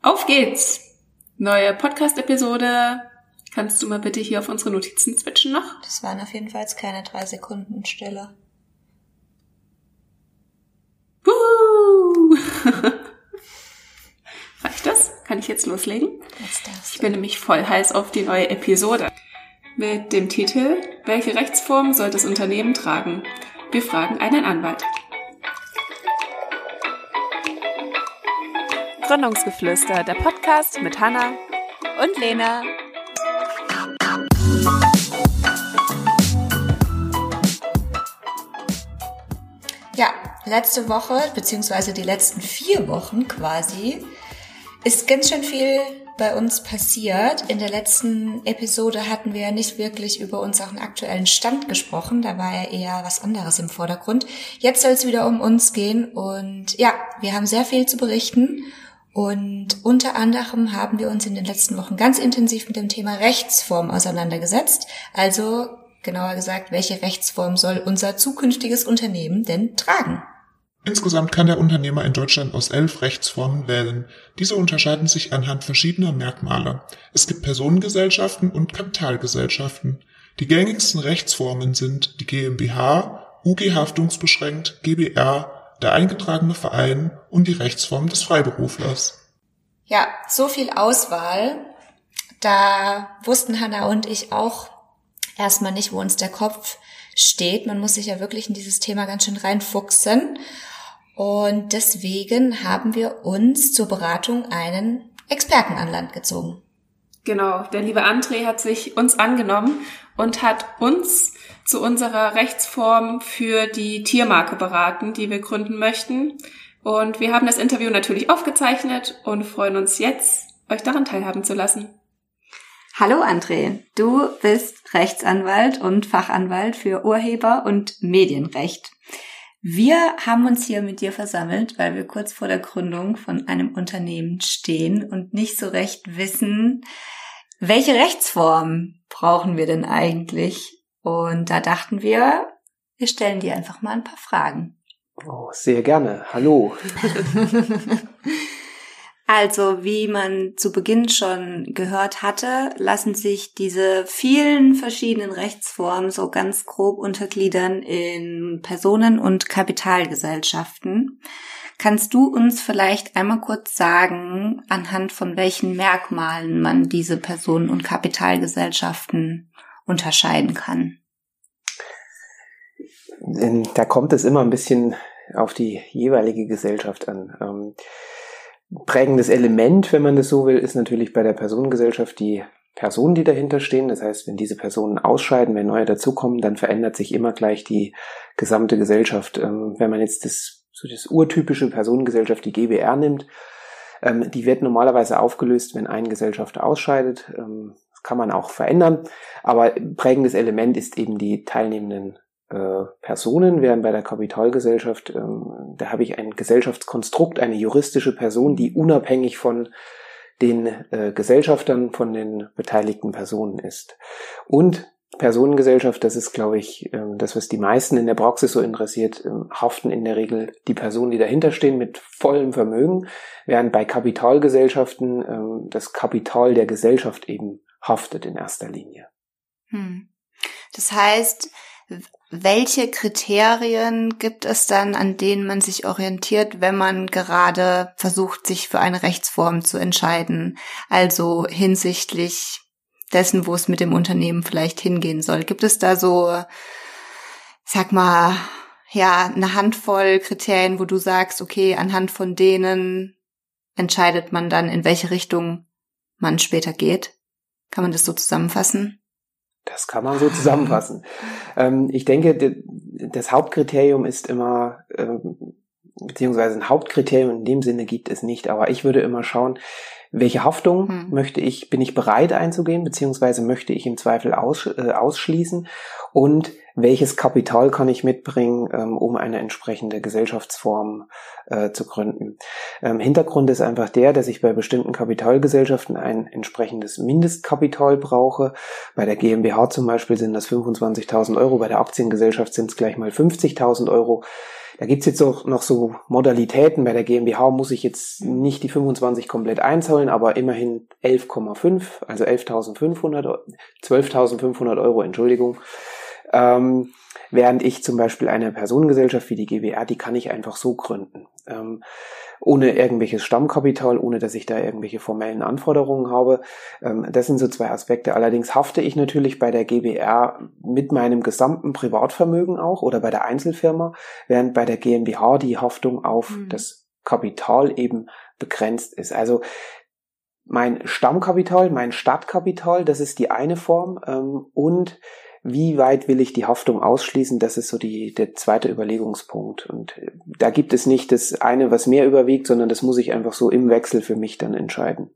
Auf geht's! Neue Podcast-Episode. Kannst du mal bitte hier auf unsere Notizen switchen noch? Das waren auf jeden Fall jetzt keine 3 Sekunden Stille. Reicht das? Kann ich jetzt loslegen? Jetzt darfst du. Ich bin nämlich voll heiß auf die neue Episode. Mit dem Titel Welche Rechtsform soll das Unternehmen tragen? Wir fragen einen Anwalt. Gründungsgeflüster, der Podcast mit Hannah Und Lena. Ja, letzte Woche, beziehungsweise die letzten 4 Wochen quasi, ist ganz schön viel bei uns passiert. In der letzten Episode hatten wir ja nicht wirklich über unseren aktuellen Stand gesprochen. Da war ja eher was anderes im Vordergrund. Jetzt soll es wieder um uns gehen und ja, wir haben sehr viel zu berichten. Und unter anderem haben wir uns in den letzten Wochen ganz intensiv mit dem Thema Rechtsform auseinandergesetzt. Also genauer gesagt, welche Rechtsform soll unser zukünftiges Unternehmen denn tragen? Insgesamt kann der Unternehmer in Deutschland aus 11 Rechtsformen wählen. Diese unterscheiden sich anhand verschiedener Merkmale. Es gibt Personengesellschaften und Kapitalgesellschaften. Die gängigsten Rechtsformen sind die GmbH, UG haftungsbeschränkt, GbR, der eingetragene Verein und die Rechtsform des Freiberuflers. Ja, so viel Auswahl. Da wussten Hannah und ich auch erstmal nicht, wo uns der Kopf steht. Man muss sich ja wirklich in dieses Thema ganz schön reinfuchsen. Und deswegen haben wir uns zur Beratung einen Experten an Land gezogen. Genau, der liebe André hat sich uns angenommen und hat uns zu unserer Rechtsform für die Tiermarke beraten, die wir gründen möchten. Und wir haben das Interview natürlich aufgezeichnet und freuen uns jetzt, euch daran teilhaben zu lassen. Hallo André, du bist Rechtsanwalt und Fachanwalt für Urheber- und Medienrecht. Wir haben uns hier mit dir versammelt, weil wir kurz vor der Gründung von einem Unternehmen stehen und nicht so recht wissen, welche Rechtsform brauchen wir denn eigentlich? Und da dachten wir stellen dir einfach mal ein paar Fragen. Oh, sehr gerne. Hallo. Also, wie man zu Beginn schon gehört hatte, lassen sich diese vielen verschiedenen Rechtsformen so ganz grob untergliedern in Personen- und Kapitalgesellschaften. Kannst du uns vielleicht einmal kurz sagen, anhand von welchen Merkmalen man diese Personen- und Kapitalgesellschaften unterscheiden kann? Da kommt es immer ein bisschen auf die jeweilige Gesellschaft an. Prägendes Element, wenn man das so will, ist natürlich bei der Personengesellschaft die Personen, die dahinter stehen. Das heißt, wenn diese Personen ausscheiden, wenn neue dazukommen, dann verändert sich immer gleich die gesamte Gesellschaft. Wenn man jetzt das urtypische Personengesellschaft, die GbR nimmt, die wird normalerweise aufgelöst, wenn ein Gesellschafter ausscheidet. Das kann man auch verändern, aber prägendes Element ist eben die teilnehmenden Personen, während bei der Kapitalgesellschaft, da habe ich ein Gesellschaftskonstrukt, eine juristische Person, die unabhängig von den Gesellschaftern, von den beteiligten Personen ist. Und Personengesellschaft, das ist, glaube ich, das, was die meisten in der Praxis so interessiert, haften in der Regel die Personen, die dahinter stehen, mit vollem Vermögen, während bei Kapitalgesellschaften das Kapital der Gesellschaft eben haftet in erster Linie. Das heißt, welche Kriterien gibt es dann, an denen man sich orientiert, wenn man gerade versucht, sich für eine Rechtsform zu entscheiden? Also hinsichtlich dessen, wo es mit dem Unternehmen vielleicht hingehen soll. Gibt es da so, sag mal, ja, eine Handvoll Kriterien, wo du sagst, okay, anhand von denen entscheidet man dann, in welche Richtung man später geht? Kann man das so zusammenfassen? Das kann man so zusammenfassen. Ich denke, das Hauptkriterium ist immer, beziehungsweise ein Hauptkriterium in dem Sinne gibt es nicht, aber ich würde immer schauen, welche Haftung bin ich bereit einzugehen, beziehungsweise möchte ich im Zweifel ausschließen und welches Kapital kann ich mitbringen, um eine entsprechende Gesellschaftsform zu gründen. Hintergrund ist einfach der, dass ich bei bestimmten Kapitalgesellschaften ein entsprechendes Mindestkapital brauche. Bei der GmbH zum Beispiel sind das 25.000 Euro, bei der Aktiengesellschaft sind es gleich mal 50.000 Euro. Da gibt's jetzt auch noch so Modalitäten. Bei der GmbH muss ich jetzt nicht die 25 komplett einzahlen, aber immerhin 11,5, also 12.500 Euro, Entschuldigung. Während ich zum Beispiel eine Personengesellschaft wie die GbR, die kann ich einfach so gründen. Ohne irgendwelches Stammkapital, ohne dass ich da irgendwelche formellen Anforderungen habe. Das sind so zwei Aspekte. Allerdings hafte ich natürlich bei der GbR mit meinem gesamten Privatvermögen auch oder bei der Einzelfirma, während bei der GmbH die Haftung auf das Kapital eben begrenzt ist. Also mein Stammkapital, mein Startkapital, das ist die eine Form, und wie weit will ich die Haftung ausschließen? Das ist so der zweite Überlegungspunkt. Und da gibt es nicht das eine, was mehr überwiegt, sondern das muss ich einfach so im Wechsel für mich dann entscheiden.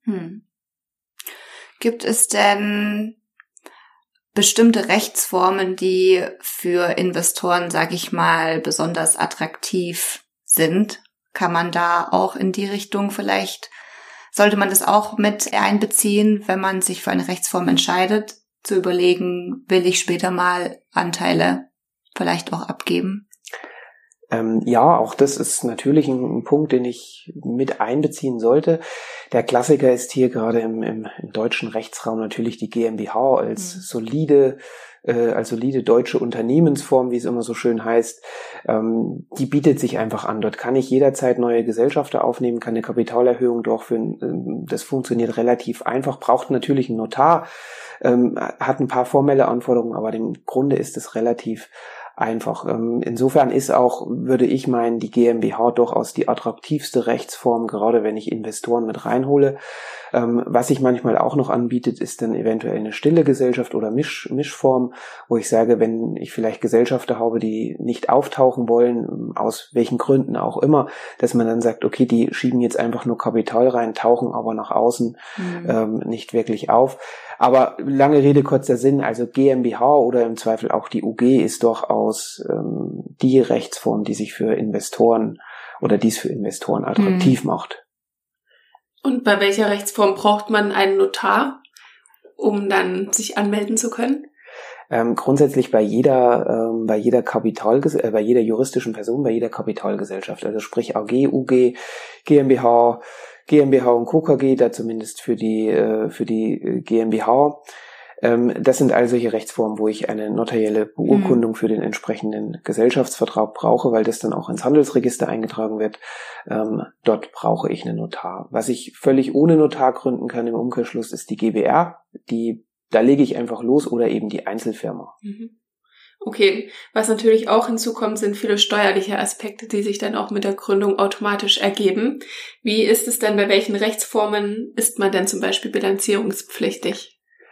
Gibt es denn bestimmte Rechtsformen, die für Investoren, sage ich mal, besonders attraktiv sind? Kann man da auch in die Richtung vielleicht, sollte man das auch mit einbeziehen, wenn man sich für eine Rechtsform entscheidet? Zu überlegen, will ich später mal Anteile vielleicht auch abgeben? Ja, auch das ist natürlich ein Punkt, den ich mit einbeziehen sollte. Der Klassiker ist hier gerade im deutschen Rechtsraum natürlich die GmbH als solide deutsche Unternehmensform, wie es immer so schön heißt. Die bietet sich einfach an. Dort kann ich jederzeit neue Gesellschafter aufnehmen, kann eine Kapitalerhöhung durchführen. Das funktioniert relativ einfach, braucht natürlich einen Notar, hat ein paar formelle Anforderungen, aber im Grunde ist es relativ einfach. Insofern ist auch, würde ich meinen, die GmbH durchaus die attraktivste Rechtsform, gerade wenn ich Investoren mit reinhole. Was sich manchmal auch noch anbietet, ist dann eventuell eine stille Gesellschaft oder Mischform, wo ich sage, wenn ich vielleicht Gesellschafter habe, die nicht auftauchen wollen, aus welchen Gründen auch immer, dass man dann sagt, okay, die schieben jetzt einfach nur Kapital rein, tauchen aber nach außen nicht wirklich auf. Aber lange Rede, kurzer Sinn, also GmbH oder im Zweifel auch die UG ist durchaus die Rechtsform, die sich für Investoren oder dies für Investoren attraktiv macht. Und bei welcher Rechtsform braucht man einen Notar, um dann sich anmelden zu können? Grundsätzlich bei jeder juristischen Person, bei jeder Kapitalgesellschaft, also sprich AG, UG, GmbH und Co. KG, da zumindest für die GmbH. Das sind all solche Rechtsformen, wo ich eine notarielle Beurkundung für den entsprechenden Gesellschaftsvertrag brauche, weil das dann auch ins Handelsregister eingetragen wird. Dort brauche ich einen Notar. Was ich völlig ohne Notar gründen kann im Umkehrschluss ist die GbR. Da lege ich einfach los, oder eben die Einzelfirma. Okay, was natürlich auch hinzukommt, sind viele steuerliche Aspekte, die sich dann auch mit der Gründung automatisch ergeben. Wie ist es denn, bei welchen Rechtsformen ist man denn zum Beispiel bilanzierungspflichtig?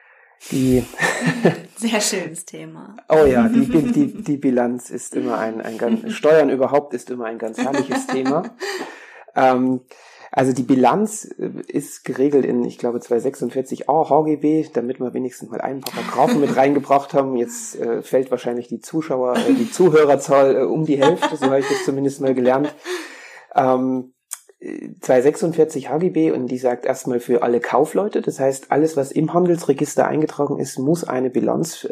Sehr schönes Thema. Oh ja, die Bilanz ist immer Steuern überhaupt ist immer ein ganz herrliches Thema. Also die Bilanz ist geregelt in, ich glaube, 246a HGB, damit wir wenigstens mal einen Paragraphen mit reingebracht haben. Jetzt fällt wahrscheinlich die Zuhörerzahl um die Hälfte, so habe ich das zumindest mal gelernt. 246 HGB, und die sagt erstmal für alle Kaufleute, das heißt, alles, was im Handelsregister eingetragen ist, muss eine Bilanz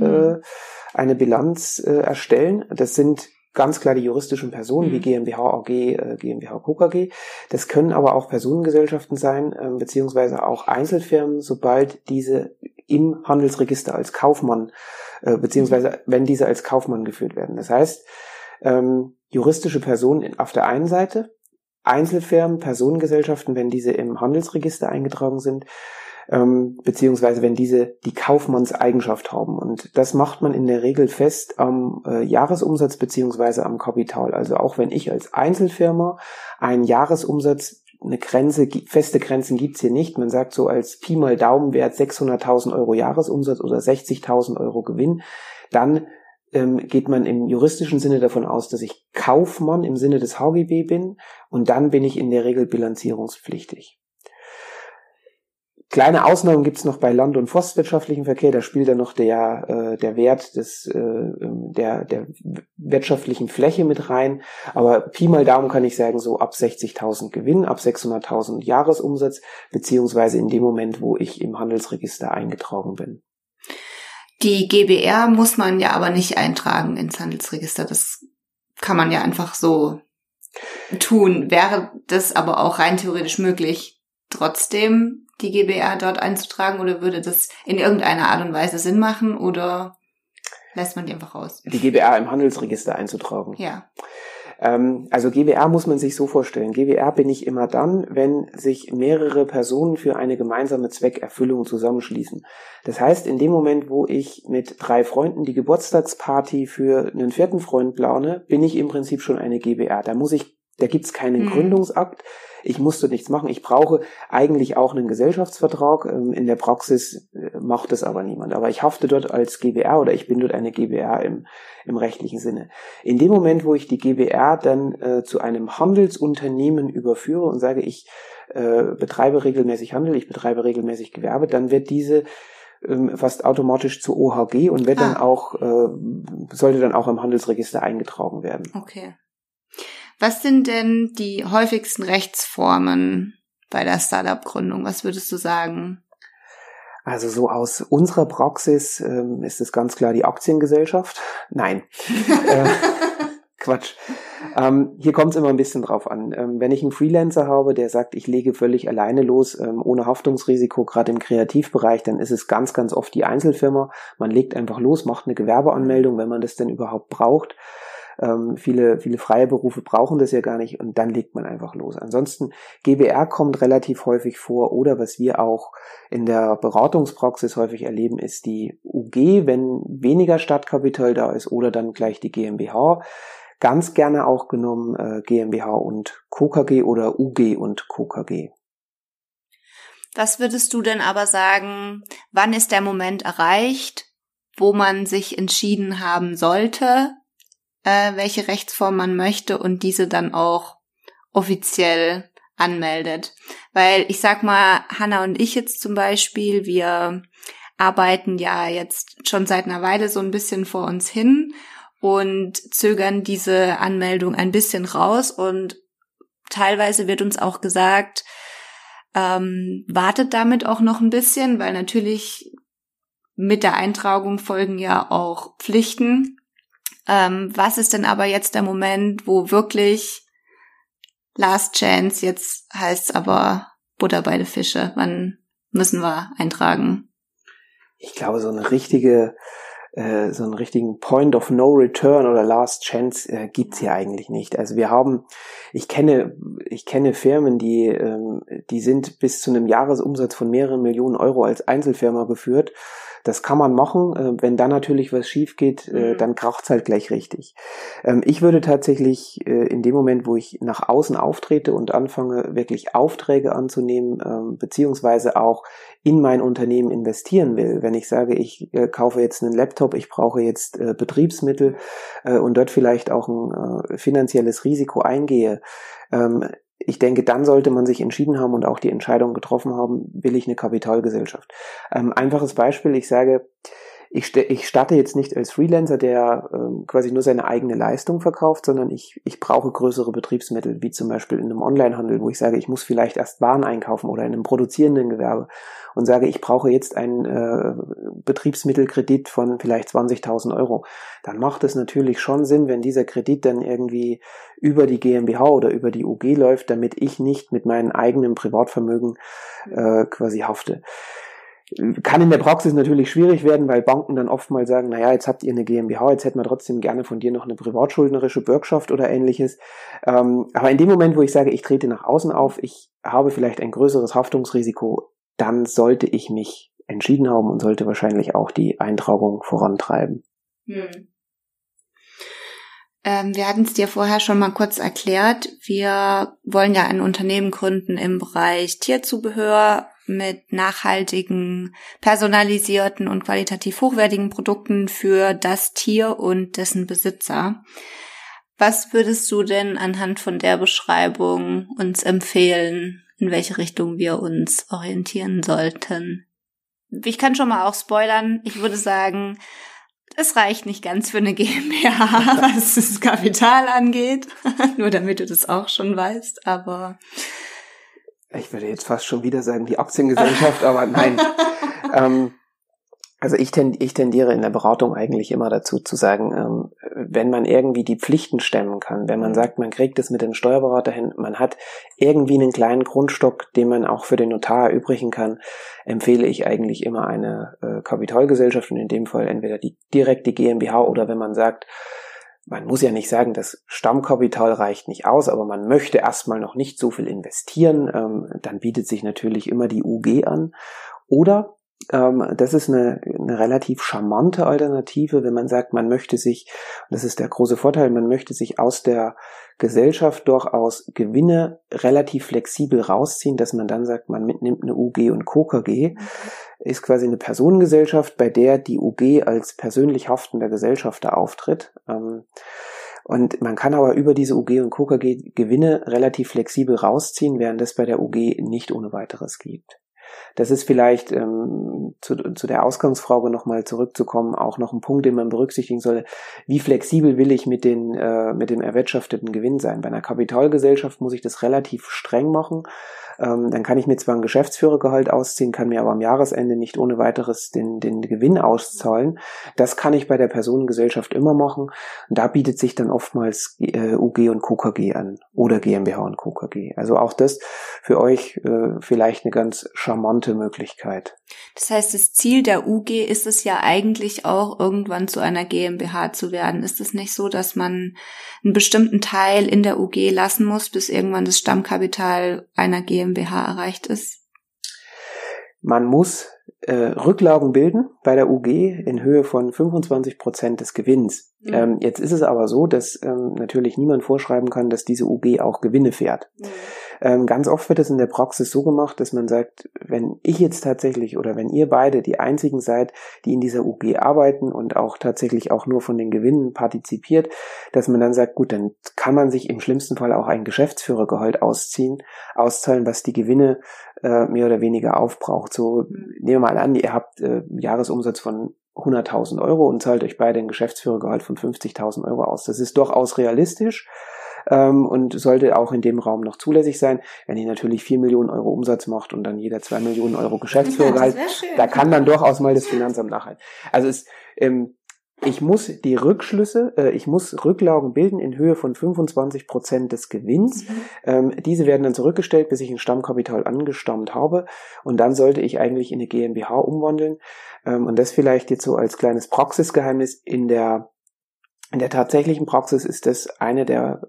erstellen. Das sind ganz klar die juristischen Personen wie GmbH, AG, GmbH, Co. KG. Das können aber auch Personengesellschaften sein, beziehungsweise auch Einzelfirmen, sobald diese im Handelsregister als Kaufmann, beziehungsweise wenn diese als Kaufmann geführt werden. Das heißt, juristische Personen auf der einen Seite, Einzelfirmen, Personengesellschaften, wenn diese im Handelsregister eingetragen sind, beziehungsweise wenn diese die Kaufmannseigenschaft haben. Und das macht man in der Regel fest am Jahresumsatz beziehungsweise am Kapital. Also auch wenn ich als Einzelfirma einen Jahresumsatz, feste Grenzen gibt's hier nicht. Man sagt so als Pi mal Daumenwert 600.000 Euro Jahresumsatz oder 60.000 Euro Gewinn, dann geht man im juristischen Sinne davon aus, dass ich Kaufmann im Sinne des HGB bin, und dann bin ich in der Regel bilanzierungspflichtig. Kleine Ausnahmen gibt's noch bei land- und forstwirtschaftlichem Verkehr, da spielt dann noch der Wert der wirtschaftlichen Fläche mit rein, aber Pi mal Daumen kann ich sagen, so ab 60.000 Gewinn, ab 600.000 Jahresumsatz, beziehungsweise in dem Moment, wo ich im Handelsregister eingetragen bin. Die GbR muss man ja aber nicht eintragen ins Handelsregister. Das kann man ja einfach so tun. Wäre das aber auch rein theoretisch möglich, trotzdem die GbR dort einzutragen, oder würde das in irgendeiner Art und Weise Sinn machen, oder lässt man die einfach raus? Die GbR im Handelsregister einzutragen. Ja. Also GbR muss man sich so vorstellen. GbR bin ich immer dann, wenn sich mehrere Personen für eine gemeinsame Zweckerfüllung zusammenschließen. Das heißt, in dem Moment, wo ich mit 3 Freunden die Geburtstagsparty für einen 4. Freund plane, bin ich im Prinzip schon eine GbR. Da gibt's keinen Gründungsakt. Ich muss dort nichts machen. Ich brauche eigentlich auch einen Gesellschaftsvertrag. In der Praxis macht das aber niemand. Aber ich hafte dort als GbR, oder ich bin dort eine GbR im rechtlichen Sinne. In dem Moment, wo ich die GbR dann zu einem Handelsunternehmen überführe und sage, ich betreibe regelmäßig Handel, ich betreibe regelmäßig Gewerbe, dann wird diese fast automatisch zu OHG und wird dann auch, sollte dann auch im Handelsregister eingetragen werden. Okay. Was sind denn die häufigsten Rechtsformen bei der Startup-Gründung? Was würdest du sagen? Also so aus unserer Praxis ist es ganz klar die Aktiengesellschaft. Nein, Quatsch. Hier kommt es immer ein bisschen drauf an. Wenn ich einen Freelancer habe, der sagt, ich lege völlig alleine los, ohne Haftungsrisiko, gerade im Kreativbereich, dann ist es ganz, ganz oft die Einzelfirma. Man legt einfach los, macht eine Gewerbeanmeldung, wenn man das denn überhaupt braucht. Viele freie Berufe brauchen das ja gar nicht, und dann legt man einfach los. Ansonsten, GbR kommt relativ häufig vor, oder was wir auch in der Beratungspraxis häufig erleben, ist die UG, wenn weniger Startkapital da ist, oder dann gleich die GmbH. Ganz gerne auch genommen GmbH und Co. KG oder UG und Co. KG. Was würdest du denn aber sagen, wann ist der Moment erreicht, wo man sich entschieden haben sollte, welche Rechtsform man möchte, und diese dann auch offiziell anmeldet? Weil ich sag mal, Hanna und ich jetzt zum Beispiel, wir arbeiten ja jetzt schon seit einer Weile so ein bisschen vor uns hin und zögern diese Anmeldung ein bisschen raus, und teilweise wird uns auch gesagt, wartet damit auch noch ein bisschen, weil natürlich mit der Eintragung folgen ja auch Pflichten. Was ist denn aber jetzt der Moment, wo wirklich Last Chance, jetzt heißt's aber Butter bei den Fische? Wann müssen wir eintragen? Ich glaube, so einen richtigen Point of No Return oder Last Chance gibt's hier eigentlich nicht. Also ich kenne Firmen, die sind bis zu einem Jahresumsatz von mehreren Millionen Euro als Einzelfirma geführt. Das kann man machen. Wenn da natürlich was schief geht, dann kracht's halt gleich richtig. Ich würde tatsächlich in dem Moment, wo ich nach außen auftrete und anfange, wirklich Aufträge anzunehmen, beziehungsweise auch in mein Unternehmen investieren will, wenn ich sage, ich kaufe jetzt einen Laptop, ich brauche jetzt Betriebsmittel und dort vielleicht auch ein finanzielles Risiko eingehe, ich denke, dann sollte man sich entschieden haben und auch die Entscheidung getroffen haben, will ich eine Kapitalgesellschaft. Einfaches Beispiel, ich sage, ich starte jetzt nicht als Freelancer, der quasi nur seine eigene Leistung verkauft, sondern ich brauche größere Betriebsmittel, wie zum Beispiel in einem Onlinehandel, wo ich sage, ich muss vielleicht erst Waren einkaufen, oder in einem produzierenden Gewerbe und sage, ich brauche jetzt einen Betriebsmittelkredit von vielleicht 20.000 Euro. Dann macht es natürlich schon Sinn, wenn dieser Kredit dann irgendwie über die GmbH oder über die UG läuft, damit ich nicht mit meinem eigenen Privatvermögen quasi hafte. Kann in der Praxis natürlich schwierig werden, weil Banken dann oft mal sagen, naja, jetzt habt ihr eine GmbH, jetzt hätten wir trotzdem gerne von dir noch eine privatschuldnerische Bürgschaft oder ähnliches. Aber in dem Moment, wo ich sage, ich trete nach außen auf, ich habe vielleicht ein größeres Haftungsrisiko, dann sollte ich mich entschieden haben und sollte wahrscheinlich auch die Eintragung vorantreiben. Wir hatten es dir vorher schon mal kurz erklärt. Wir wollen ja ein Unternehmen gründen im Bereich Tierzubehör mit nachhaltigen, personalisierten und qualitativ hochwertigen Produkten für das Tier und dessen Besitzer. Was würdest du denn anhand von der Beschreibung uns empfehlen, in welche Richtung wir uns orientieren sollten? Ich kann schon mal auch spoilern. Ich würde sagen, es reicht nicht ganz für eine GmbH, was das Kapital angeht. Nur damit du das auch schon weißt, aber... Ich würde jetzt fast schon wieder sagen, die Aktiengesellschaft, aber nein. Also ich tendiere in der Beratung eigentlich immer dazu zu sagen, wenn man irgendwie die Pflichten stemmen kann, wenn man sagt, man kriegt es mit dem Steuerberater hin, man hat irgendwie einen kleinen Grundstock, den man auch für den Notar erübrigen kann, empfehle ich eigentlich immer eine Kapitalgesellschaft und in dem Fall entweder direkt die GmbH oder wenn man sagt, man muss ja nicht sagen, das Stammkapital reicht nicht aus, aber man möchte erstmal noch nicht so viel investieren, dann bietet sich natürlich immer die UG an. Oder das ist eine relativ charmante Alternative, wenn man sagt, man möchte sich, das ist der große Vorteil, man möchte sich aus der Gesellschaft durchaus Gewinne relativ flexibel rausziehen, dass man dann sagt, man nimmt eine UG und Co. KG, ist quasi eine Personengesellschaft, bei der die UG als persönlich haftender Gesellschafter auftritt. Und man kann aber über diese UG und Co. KG Gewinne relativ flexibel rausziehen, während das bei der UG nicht ohne weiteres gibt. Das ist vielleicht zu der Ausgangsfrage nochmal zurückzukommen, auch noch ein Punkt, den man berücksichtigen soll. Wie flexibel will ich mit dem erwirtschafteten Gewinn sein? Bei einer Kapitalgesellschaft muss ich das relativ streng machen. Dann kann ich mir zwar ein Geschäftsführergehalt ausziehen, kann mir aber am Jahresende nicht ohne weiteres den Gewinn auszahlen. Das kann ich bei der Personengesellschaft immer machen. Und da bietet sich dann oftmals UG und Co. KG an oder GmbH und Co. KG. Also auch das für euch vielleicht eine ganz charmante Möglichkeit. Das heißt, das Ziel der UG ist es ja eigentlich auch, irgendwann zu einer GmbH zu werden. Ist es nicht so, dass man einen bestimmten Teil in der UG lassen muss, bis irgendwann das Stammkapital einer GmbH erreicht ist? Man muss Rücklagen bilden bei der UG in Höhe von 25% des Gewinns. Mhm. Jetzt ist es aber so, dass natürlich niemand vorschreiben kann, dass diese UG auch Gewinne fährt. Mhm. Ganz oft wird es in der Praxis so gemacht, dass man sagt, wenn ich jetzt tatsächlich oder wenn ihr beide die einzigen seid, die in dieser UG arbeiten und auch tatsächlich auch nur von den Gewinnen partizipiert, dass man dann sagt, gut, dann kann man sich im schlimmsten Fall auch ein Geschäftsführergehalt auszahlen, was die Gewinne mehr oder weniger aufbraucht. So, nehmen wir mal an, ihr habt Jahresumsatz von 100.000 Euro und zahlt euch beide ein Geschäftsführergehalt von 50.000 Euro aus. Das ist durchaus realistisch. Und sollte auch in dem Raum noch zulässig sein. Wenn ihr natürlich 4 Millionen Euro Umsatz macht und dann jeder 2 Millionen Euro Geschäftsführergehalt, da kann dann durchaus mal das Finanzamt nachhalten. Also ich muss Rücklagen bilden in Höhe von 25% des Gewinns. Diese werden dann zurückgestellt, bis ich ein Stammkapital angestammt habe. Und dann sollte ich eigentlich in eine GmbH umwandeln. Und das vielleicht jetzt so als kleines Praxisgeheimnis in der tatsächlichen Praxis ist das einer der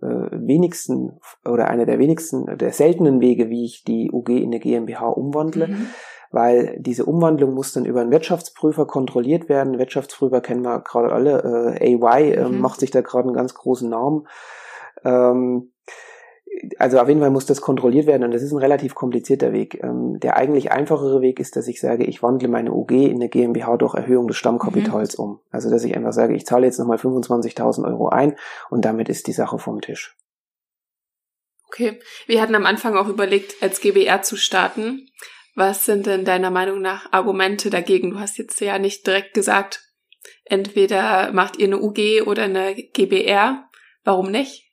seltenen Wege, wie ich die UG in eine GmbH umwandle, weil diese Umwandlung muss dann über einen Wirtschaftsprüfer kontrolliert werden. Wirtschaftsprüfer kennen wir gerade alle, AY macht sich da gerade einen ganz großen Namen. Also auf jeden Fall muss das kontrolliert werden und das ist ein relativ komplizierter Weg. Der eigentlich einfachere Weg ist, dass ich sage, ich wandle meine UG in eine GmbH durch Erhöhung des Stammkapitals um. Also dass ich einfach sage, ich zahle jetzt nochmal 25.000 Euro ein und damit ist die Sache vom Tisch. Okay, wir hatten am Anfang auch überlegt, als GbR zu starten. Was sind denn deiner Meinung nach Argumente dagegen? Du hast jetzt ja nicht direkt gesagt, entweder macht ihr eine UG oder eine GbR. Warum nicht?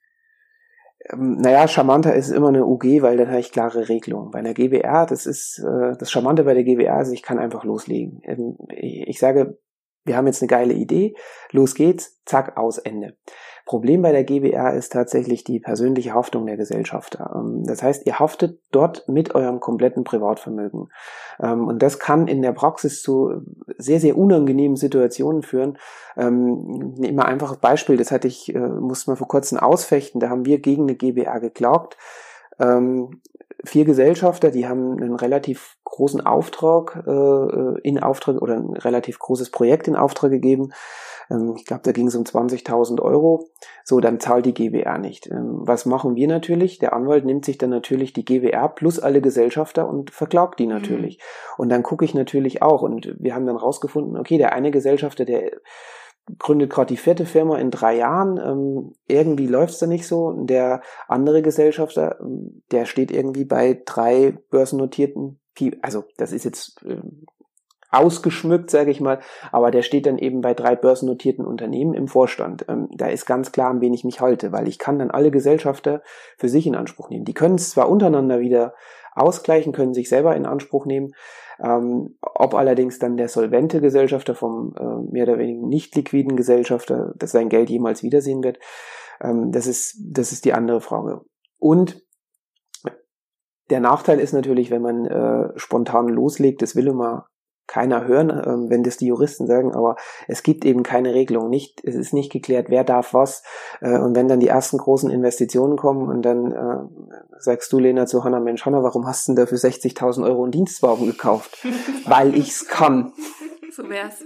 Naja, charmanter ist immer eine UG, weil dann habe ich klare Regelungen. Bei einer GbR, das Charmante bei der GbR ist, ich kann einfach loslegen. Ich sage, wir haben jetzt eine geile Idee, los geht's, zack, aus, Ende. Problem bei der GbR ist tatsächlich die persönliche Haftung der Gesellschafter. Das heißt, ihr haftet dort mit eurem kompletten Privatvermögen. Und das kann in der Praxis zu sehr, sehr unangenehmen Situationen führen. Nehmen wir ein einfaches Beispiel, das musste man vor kurzem ausfechten, da haben wir gegen eine GbR geklagt. 4 Gesellschafter, die haben einen relativ großen Auftrag oder ein relativ großes Projekt in Auftrag gegeben. Ich glaube, da ging es um 20.000 Euro. So, dann zahlt die GbR nicht. Was machen wir natürlich? Der Anwalt nimmt sich dann natürlich die GbR plus alle Gesellschafter und verklagt die natürlich. Und dann gucke ich natürlich auch. Und wir haben dann rausgefunden, okay, der eine Gesellschafter, der gründet gerade die 4. Firma in 3 Jahren, irgendwie läuft's da nicht so. Und der andere Gesellschafter, der steht irgendwie bei 3 börsennotierten, also das ist jetzt ausgeschmückt, sage ich mal, aber der steht dann eben bei 3 börsennotierten Unternehmen im Vorstand. Da ist ganz klar, an wen ich mich halte, weil ich kann dann alle Gesellschafter für sich in Anspruch nehmen. Die können es zwar untereinander wieder ausgleichen, können sich selber in Anspruch nehmen. Ob allerdings dann der solvente Gesellschafter vom mehr oder weniger nicht liquiden Gesellschafter das sein Geld jemals wiedersehen wird, das ist die andere Frage. Und der Nachteil ist natürlich, wenn man spontan loslegt, das will immer keiner hören, wenn das die Juristen sagen, aber es gibt eben keine Regelung. Es ist nicht geklärt, wer darf was. Und wenn dann die ersten großen Investitionen kommen und dann sagst du, Lena, zu Hanna, Mensch, Hanna, warum hast du denn da für 60.000 Euro einen Dienstwagen gekauft? Weil ich's kann. So wär's.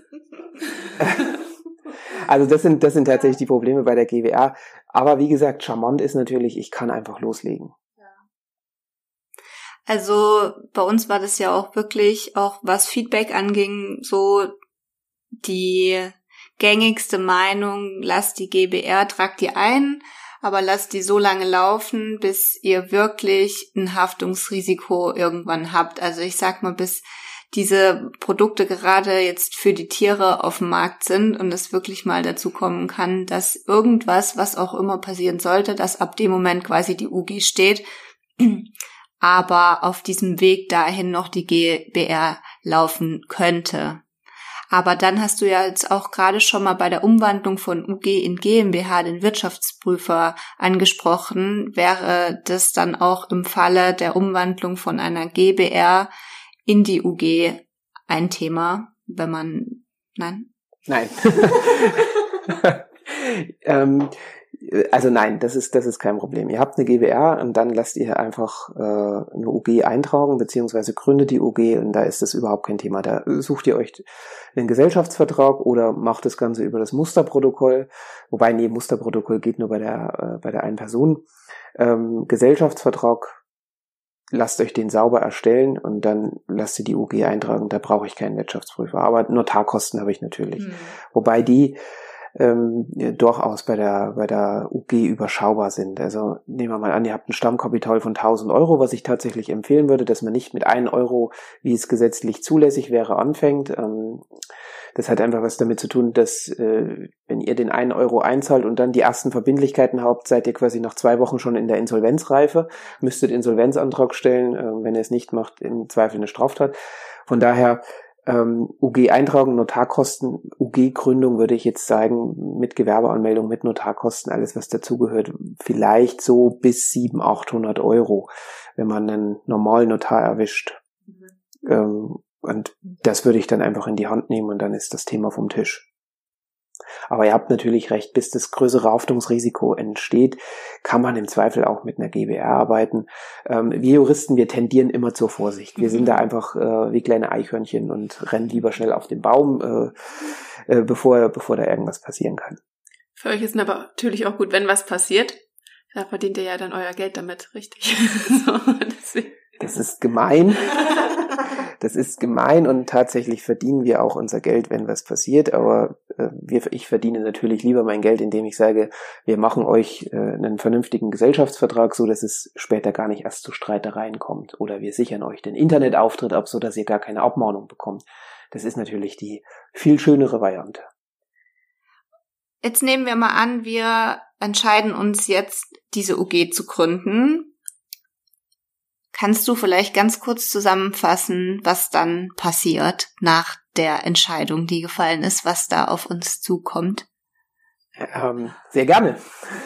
Also das sind tatsächlich die Probleme bei der GWR. Aber wie gesagt, charmant ist natürlich, ich kann einfach loslegen. Also bei uns war das ja auch wirklich, auch was Feedback anging, so die gängigste Meinung, lasst die GBR, tragt die ein, aber lasst die so lange laufen, bis ihr wirklich ein Haftungsrisiko irgendwann habt. Also ich sag mal, bis diese Produkte gerade jetzt für die Tiere auf dem Markt sind und es wirklich mal dazu kommen kann, dass irgendwas, was auch immer passieren sollte, dass ab dem Moment quasi die UG steht, aber auf diesem Weg dahin noch die GBR laufen könnte. Aber dann hast du ja jetzt auch gerade schon mal bei der Umwandlung von UG in GmbH den Wirtschaftsprüfer angesprochen. Wäre das dann auch im Falle der Umwandlung von einer GBR in die UG ein Thema, wenn man... Nein? Nein. Also nein, das ist kein Problem. Ihr habt eine GbR und dann lasst ihr einfach eine UG eintragen, beziehungsweise gründet die UG und da ist das überhaupt kein Thema. Da sucht ihr euch einen Gesellschaftsvertrag oder macht das Ganze über das Musterprotokoll, wobei Musterprotokoll geht nur bei der einen Person. Gesellschaftsvertrag, lasst euch den sauber erstellen und dann lasst ihr die UG eintragen. Da brauche ich keinen Wirtschaftsprüfer. Aber Notarkosten habe ich natürlich. Wobei die durchaus bei der UG überschaubar sind. Also nehmen wir mal an, ihr habt ein Stammkapital von 1.000 Euro, was ich tatsächlich empfehlen würde, dass man nicht mit 1 Euro, wie es gesetzlich zulässig wäre, anfängt. Das hat einfach was damit zu tun, dass wenn ihr den 1 Euro einzahlt und dann die ersten Verbindlichkeiten habt, seid ihr quasi nach 2 Wochen schon in der Insolvenzreife, müsstet Insolvenzantrag stellen, wenn ihr es nicht macht, im Zweifel eine Straftat. Von daher UG eintragen, Notarkosten, UG-Gründung würde ich jetzt sagen, mit Gewerbeanmeldung, mit Notarkosten, alles was dazugehört, vielleicht so bis 700-800 Euro, wenn man einen normalen Notar erwischt. Und das würde ich dann einfach in die Hand nehmen und dann ist das Thema vom Tisch. Aber ihr habt natürlich recht, bis das größere Haftungsrisiko entsteht, kann man im Zweifel auch mit einer GbR arbeiten. Wir Juristen, wir tendieren immer zur Vorsicht. Wir sind da einfach wie kleine Eichhörnchen und rennen lieber schnell auf den Baum, bevor da irgendwas passieren kann. Für euch ist aber natürlich auch gut, wenn was passiert. Da verdient ihr ja dann euer Geld damit, richtig? Das ist gemein. Das ist gemein und tatsächlich verdienen wir auch unser Geld, wenn was passiert, aber ich verdiene natürlich lieber mein Geld, indem ich sage, wir machen euch einen vernünftigen Gesellschaftsvertrag, so dass es später gar nicht erst zu Streitereien kommt oder wir sichern euch den Internetauftritt ab, so dass ihr gar keine Abmahnung bekommt. Das ist natürlich die viel schönere Variante. Jetzt nehmen wir mal an, wir entscheiden uns jetzt, diese UG zu gründen. Kannst du vielleicht ganz kurz zusammenfassen, was dann passiert nach der Entscheidung, die gefallen ist, was da auf uns zukommt? Sehr gerne.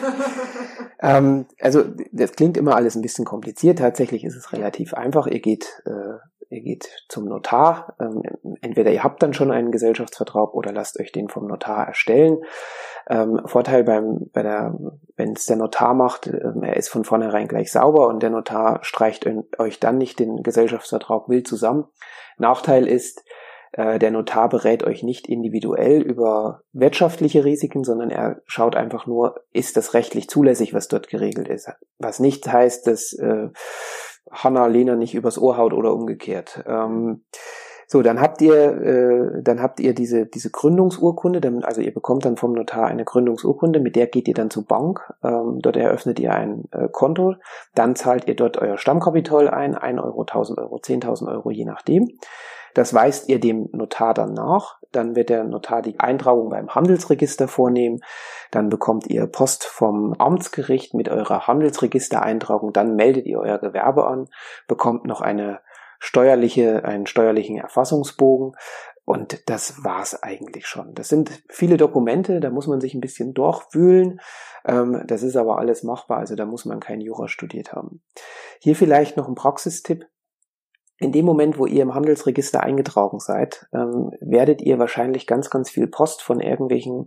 Also das klingt immer alles ein bisschen kompliziert. Tatsächlich ist es relativ einfach. Ihr geht zum Notar. Entweder ihr habt dann schon einen Gesellschaftsvertrag oder lasst euch den vom Notar erstellen. Vorteil wenn es der Notar macht, er ist von vornherein gleich sauber und der Notar streicht euch dann nicht den Gesellschaftsvertrag wild zusammen. Nachteil ist, der Notar berät euch nicht individuell über wirtschaftliche Risiken, sondern er schaut einfach nur, ist das rechtlich zulässig, was dort geregelt ist. Was nicht heißt, dass Hanna Lena nicht übers Ohr haut oder umgekehrt. So, dann habt ihr diese Gründungsurkunde, also ihr bekommt dann vom Notar eine Gründungsurkunde, mit der geht ihr dann zur Bank, dort eröffnet ihr ein Konto, dann zahlt ihr dort euer Stammkapital ein, 1 Euro, 1.000 Euro, 10.000 Euro, je nachdem. Das weist ihr dem Notar dann nach. dann wird der Notar die Eintragung beim Handelsregister vornehmen, dann bekommt ihr Post vom Amtsgericht mit eurer Handelsregistereintragung, dann meldet ihr euer Gewerbe an, bekommt noch einen steuerlichen Erfassungsbogen und das war's eigentlich schon. Das sind viele Dokumente, da muss man sich ein bisschen durchwühlen, das ist aber alles machbar, also da muss man kein Jura studiert haben. Hier vielleicht noch ein Praxistipp. In dem Moment, wo ihr im Handelsregister eingetragen seid, werdet ihr wahrscheinlich ganz, ganz viel Post von irgendwelchen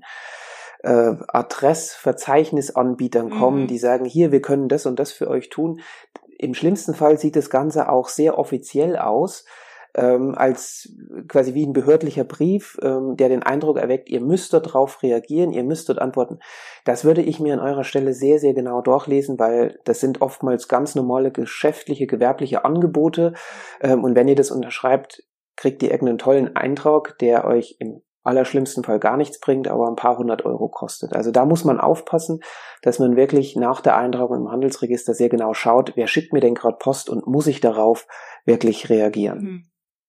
Adressverzeichnisanbietern kommen, die sagen, hier, wir können das und das für euch tun. Im schlimmsten Fall sieht das Ganze auch sehr offiziell aus, als quasi wie ein behördlicher Brief, der den Eindruck erweckt, ihr müsst dort drauf reagieren, ihr müsst dort antworten. Das würde ich mir an eurer Stelle sehr, sehr genau durchlesen, weil das sind oftmals ganz normale geschäftliche, gewerbliche Angebote. Und wenn ihr das unterschreibt, kriegt ihr irgendeinen tollen Eintrag, der euch im allerschlimmsten Fall gar nichts bringt, aber ein paar 100 Euro kostet. Also da muss man aufpassen, dass man wirklich nach der Eintragung im Handelsregister sehr genau schaut, wer schickt mir denn gerade Post und muss ich darauf wirklich reagieren.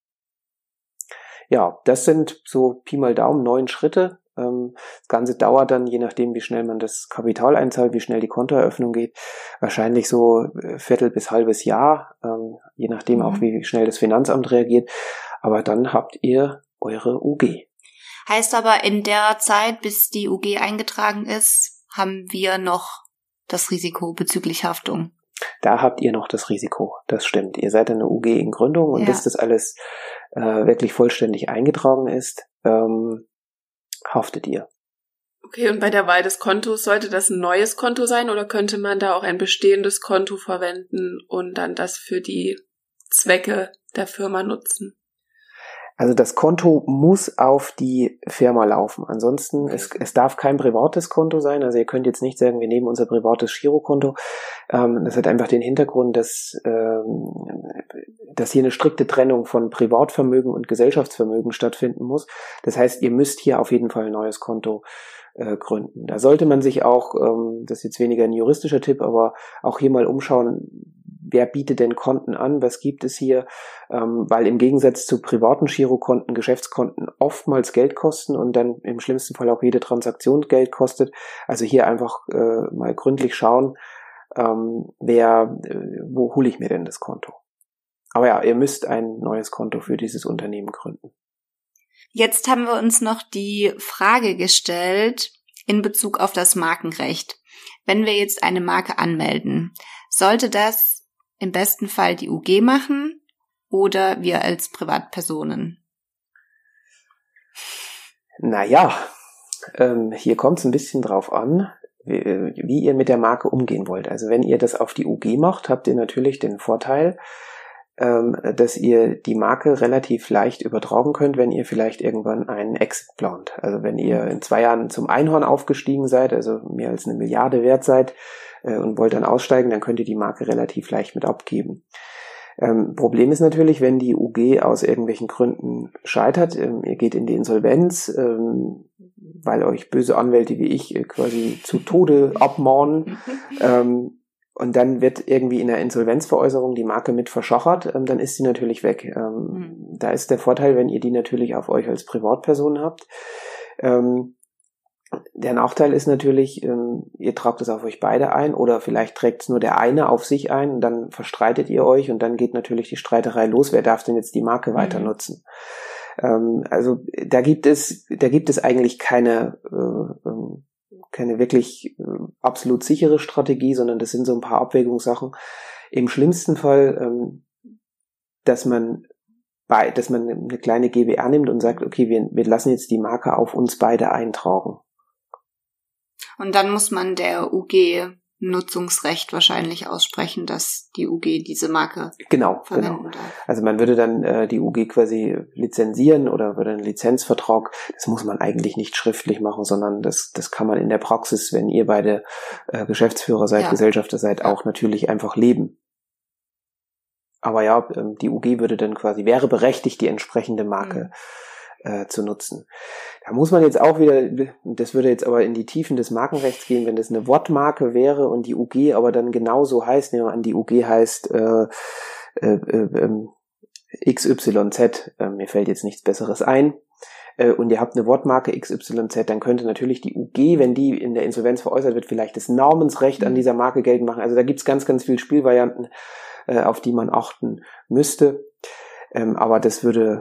Ja, das sind so Pi mal Daumen 9 Schritte. Das Ganze dauert dann, je nachdem, wie schnell man das Kapital einzahlt, wie schnell die Kontoeröffnung geht, wahrscheinlich so Viertel bis halbes Jahr, je nachdem auch, wie schnell das Finanzamt reagiert. Aber dann habt ihr eure UG. Heißt aber, in der Zeit, bis die UG eingetragen ist, haben wir noch das Risiko bezüglich Haftung. Da habt ihr noch das Risiko, das stimmt. Ihr seid eine UG in Gründung und bis das alles wirklich vollständig eingetragen ist, haftet ihr. Okay, und bei der Wahl des Kontos, sollte das ein neues Konto sein oder könnte man da auch ein bestehendes Konto verwenden und dann das für die Zwecke der Firma nutzen? Also das Konto muss auf die Firma laufen. Ansonsten, es darf kein privates Konto sein. Also ihr könnt jetzt nicht sagen, wir nehmen unser privates Girokonto. Das hat einfach den Hintergrund, dass hier eine strikte Trennung von Privatvermögen und Gesellschaftsvermögen stattfinden muss. Das heißt, ihr müsst hier auf jeden Fall ein neues Konto gründen. Da sollte man sich auch, das ist jetzt weniger ein juristischer Tipp, aber auch hier mal umschauen, wer bietet denn Konten an, was gibt es hier, weil im Gegensatz zu privaten Girokonten, Geschäftskonten oftmals Geld kosten und dann im schlimmsten Fall auch jede Transaktion Geld kostet. Also hier einfach mal gründlich schauen, wo hole ich mir denn das Konto? Aber ja, ihr müsst ein neues Konto für dieses Unternehmen gründen. Jetzt haben wir uns noch die Frage gestellt in Bezug auf das Markenrecht. Wenn wir jetzt eine Marke anmelden, sollte das im besten Fall die UG machen oder wir als Privatpersonen? Naja, hier kommt es ein bisschen drauf an, wie ihr mit der Marke umgehen wollt. Also wenn ihr das auf die UG macht, habt ihr natürlich den Vorteil, dass ihr die Marke relativ leicht übertragen könnt, wenn ihr vielleicht irgendwann einen Exit plant. Also wenn ihr in 2 Jahren zum Einhorn aufgestiegen seid, also mehr als 1 Milliarde wert seid und wollt dann aussteigen, dann könnt ihr die Marke relativ leicht mit abgeben. Problem ist natürlich, wenn die UG aus irgendwelchen Gründen scheitert, ihr geht in die Insolvenz, weil euch böse Anwälte wie ich quasi zu Tode abmahnen, und dann wird irgendwie in der Insolvenzveräußerung die Marke mit verschachert, dann ist sie natürlich weg. Da ist der Vorteil, wenn ihr die natürlich auf euch als Privatperson habt. Der Nachteil ist natürlich, ihr tragt es auf euch beide ein oder vielleicht trägt es nur der eine auf sich ein, dann verstreitet ihr euch und dann geht natürlich die Streiterei los, wer darf denn jetzt die Marke weiter nutzen. Also da gibt es eigentlich keine wirklich absolut sichere Strategie, sondern das sind so ein paar Abwägungssachen. Im schlimmsten Fall, dass man eine kleine GbR nimmt und sagt, okay, wir lassen jetzt die Marke auf uns beide eintragen. Und dann muss man der UG Nutzungsrecht wahrscheinlich aussprechen, dass die UG diese Marke verwenden darf. Also man würde dann die UG quasi lizenzieren oder würde einen Lizenzvertrag, das muss man eigentlich nicht schriftlich machen, sondern das kann man in der Praxis, wenn ihr beide Geschäftsführer seid, Gesellschafter seid, auch natürlich einfach leben. Aber ja, die UG wäre berechtigt, die entsprechende Marke zu nutzen. Da muss man jetzt auch wieder, das würde jetzt aber in die Tiefen des Markenrechts gehen, wenn das eine Wortmarke wäre und die UG aber dann genauso heißt, nehmen wir an, die UG heißt XYZ, mir fällt jetzt nichts Besseres ein, und ihr habt eine Wortmarke XYZ, dann könnte natürlich die UG, wenn die in der Insolvenz veräußert wird, vielleicht das Namensrecht an dieser Marke geltend machen. Also da gibt's ganz, ganz viele Spielvarianten, auf die man achten müsste. Aber das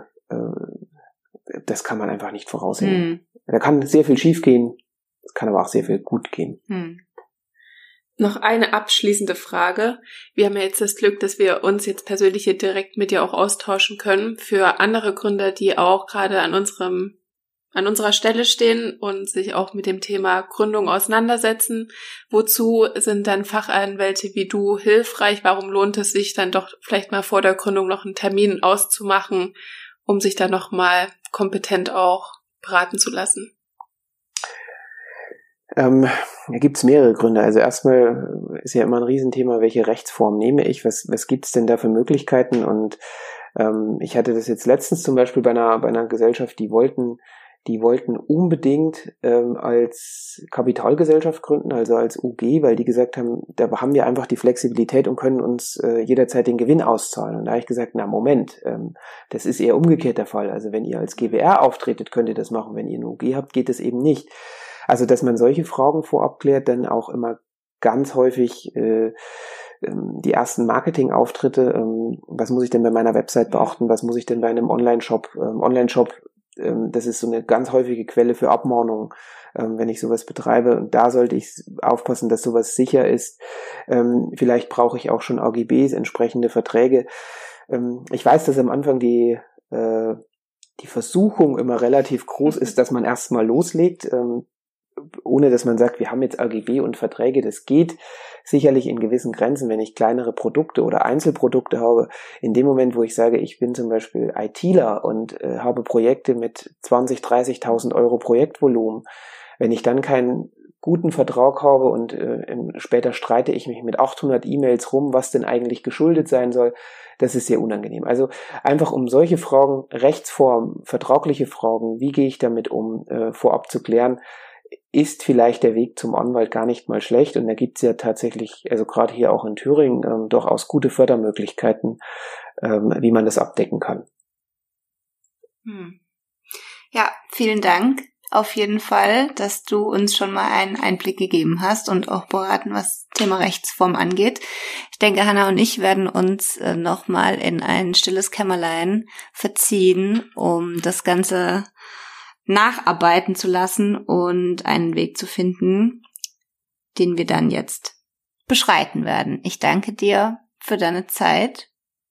kann man einfach nicht voraussehen. Da kann sehr viel schief gehen, es kann aber auch sehr viel gut gehen. Noch eine abschließende Frage. Wir haben ja jetzt das Glück, dass wir uns jetzt persönlich hier direkt mit dir auch austauschen können. Für andere Gründer, die auch gerade an unserer Stelle stehen und sich auch mit dem Thema Gründung auseinandersetzen. Wozu sind dann Fachanwälte wie du hilfreich? Warum lohnt es sich dann doch vielleicht mal vor der Gründung noch einen Termin auszumachen, um sich dann nochmal kompetent auch beraten zu lassen? Da gibt's mehrere Gründe. Also erstmal ist ja immer ein Riesenthema, welche Rechtsform nehme ich? Was gibt's denn da für Möglichkeiten? Und ich hatte das jetzt letztens zum Beispiel bei einer Gesellschaft, die wollten unbedingt als Kapitalgesellschaft gründen, also als UG, weil die gesagt haben, da haben wir einfach die Flexibilität und können uns jederzeit den Gewinn auszahlen. Und da habe ich gesagt, na Moment, das ist eher umgekehrt der Fall. Also wenn ihr als GbR auftretet, könnt ihr das machen. Wenn ihr eine UG habt, geht das eben nicht. Also dass man solche Fragen vorab klärt, dann auch immer ganz häufig die ersten Marketingauftritte, was muss ich denn bei meiner Website beachten, was muss ich denn bei einem Online-Shop, das ist so eine ganz häufige Quelle für Abmahnungen, wenn ich sowas betreibe. Und da sollte ich aufpassen, dass sowas sicher ist. Vielleicht brauche ich auch schon AGBs, entsprechende Verträge. Ich weiß, dass am Anfang die Versuchung immer relativ groß ist, dass man erstmal loslegt, ohne dass man sagt, wir haben jetzt AGB und Verträge. Das geht sicherlich in gewissen Grenzen, wenn ich kleinere Produkte oder Einzelprodukte habe. In dem Moment, wo ich sage, ich bin zum Beispiel ITler und habe Projekte mit 20.000, 30.000 Euro Projektvolumen, wenn ich dann keinen guten Vertrag habe und später streite ich mich mit 800 E-Mails rum, was denn eigentlich geschuldet sein soll, das ist sehr unangenehm. Also einfach um solche Fragen, Rechtsform, vertragliche Fragen, wie gehe ich damit um, vorab zu klären, ist vielleicht der Weg zum Anwalt gar nicht mal schlecht. Und da gibt's ja tatsächlich, also gerade hier auch in Thüringen, durchaus gute Fördermöglichkeiten, wie man das abdecken kann. Ja, vielen Dank auf jeden Fall, dass du uns schon mal einen Einblick gegeben hast und auch beraten, was Thema Rechtsform angeht. Ich denke, Hanna und ich werden uns nochmal in ein stilles Kämmerlein verziehen, um das Ganze nacharbeiten zu lassen und einen Weg zu finden, den wir dann jetzt beschreiten werden. Ich danke dir für deine Zeit.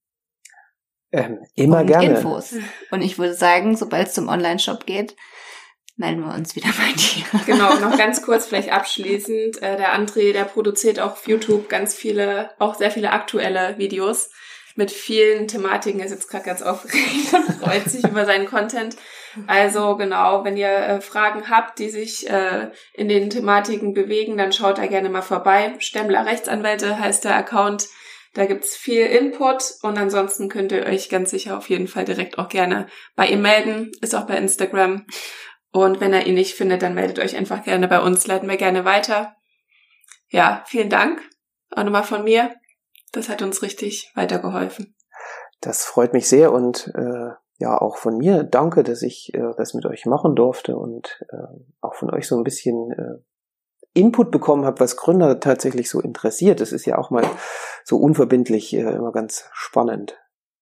Immer und gerne. Infos. Und ich würde sagen, sobald es zum Online-Shop geht, melden wir uns wieder bei dir. Genau, noch ganz kurz vielleicht abschließend. Der André, der produziert auch auf YouTube auch sehr viele aktuelle Videos mit vielen Thematiken. Er ist jetzt gerade ganz aufgeregt und freut sich über seinen Content. Also genau, wenn ihr Fragen habt, die sich in den Thematiken bewegen, dann schaut da gerne mal vorbei. Stemmler Rechtsanwälte heißt der Account. Da gibt's viel Input und ansonsten könnt ihr euch ganz sicher auf jeden Fall direkt auch gerne bei ihm melden. Ist auch bei Instagram. Und wenn ihr ihn nicht findet, dann meldet euch einfach gerne bei uns. Leiten wir gerne weiter. Ja, vielen Dank. Auch nochmal von mir. Das hat uns richtig weitergeholfen. Das freut mich sehr und ja, auch von mir danke, dass ich das mit euch machen durfte und auch von euch so ein bisschen Input bekommen habe, was Gründer tatsächlich so interessiert. Das ist ja auch mal so unverbindlich immer ganz spannend.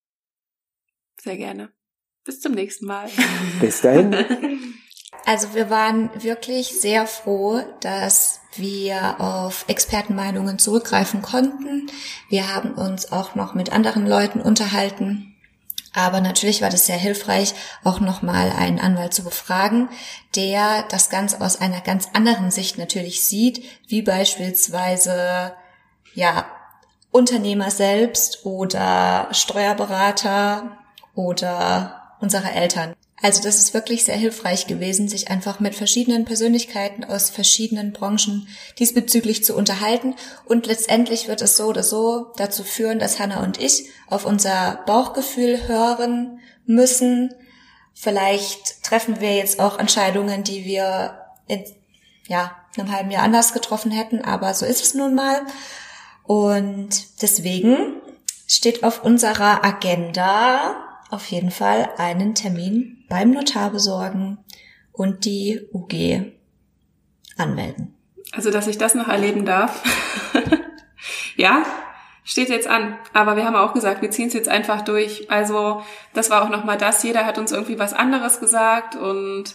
Sehr gerne. Bis zum nächsten Mal. Bis dahin. Also wir waren wirklich sehr froh, dass wir auf Expertenmeinungen zurückgreifen konnten. Wir haben uns auch noch mit anderen Leuten unterhalten. Aber natürlich war das sehr hilfreich, auch nochmal einen Anwalt zu befragen, der das Ganze aus einer ganz anderen Sicht natürlich sieht, wie beispielsweise, ja, Unternehmer selbst oder Steuerberater oder unsere Eltern. Also das ist wirklich sehr hilfreich gewesen, sich einfach mit verschiedenen Persönlichkeiten aus verschiedenen Branchen diesbezüglich zu unterhalten. Und letztendlich wird es so oder so dazu führen, dass Hanna und ich auf unser Bauchgefühl hören müssen. Vielleicht treffen wir jetzt auch Entscheidungen, die wir in einem halben Jahr anders getroffen hätten, aber so ist es nun mal. Und deswegen steht auf unserer Agenda auf jeden Fall einen Termin beim Notar besorgen und die UG anmelden. Also, dass ich das noch erleben darf. Ja, steht jetzt an. Aber wir haben auch gesagt, wir ziehen es jetzt einfach durch. Also, das war auch nochmal das. Jeder hat uns irgendwie was anderes gesagt und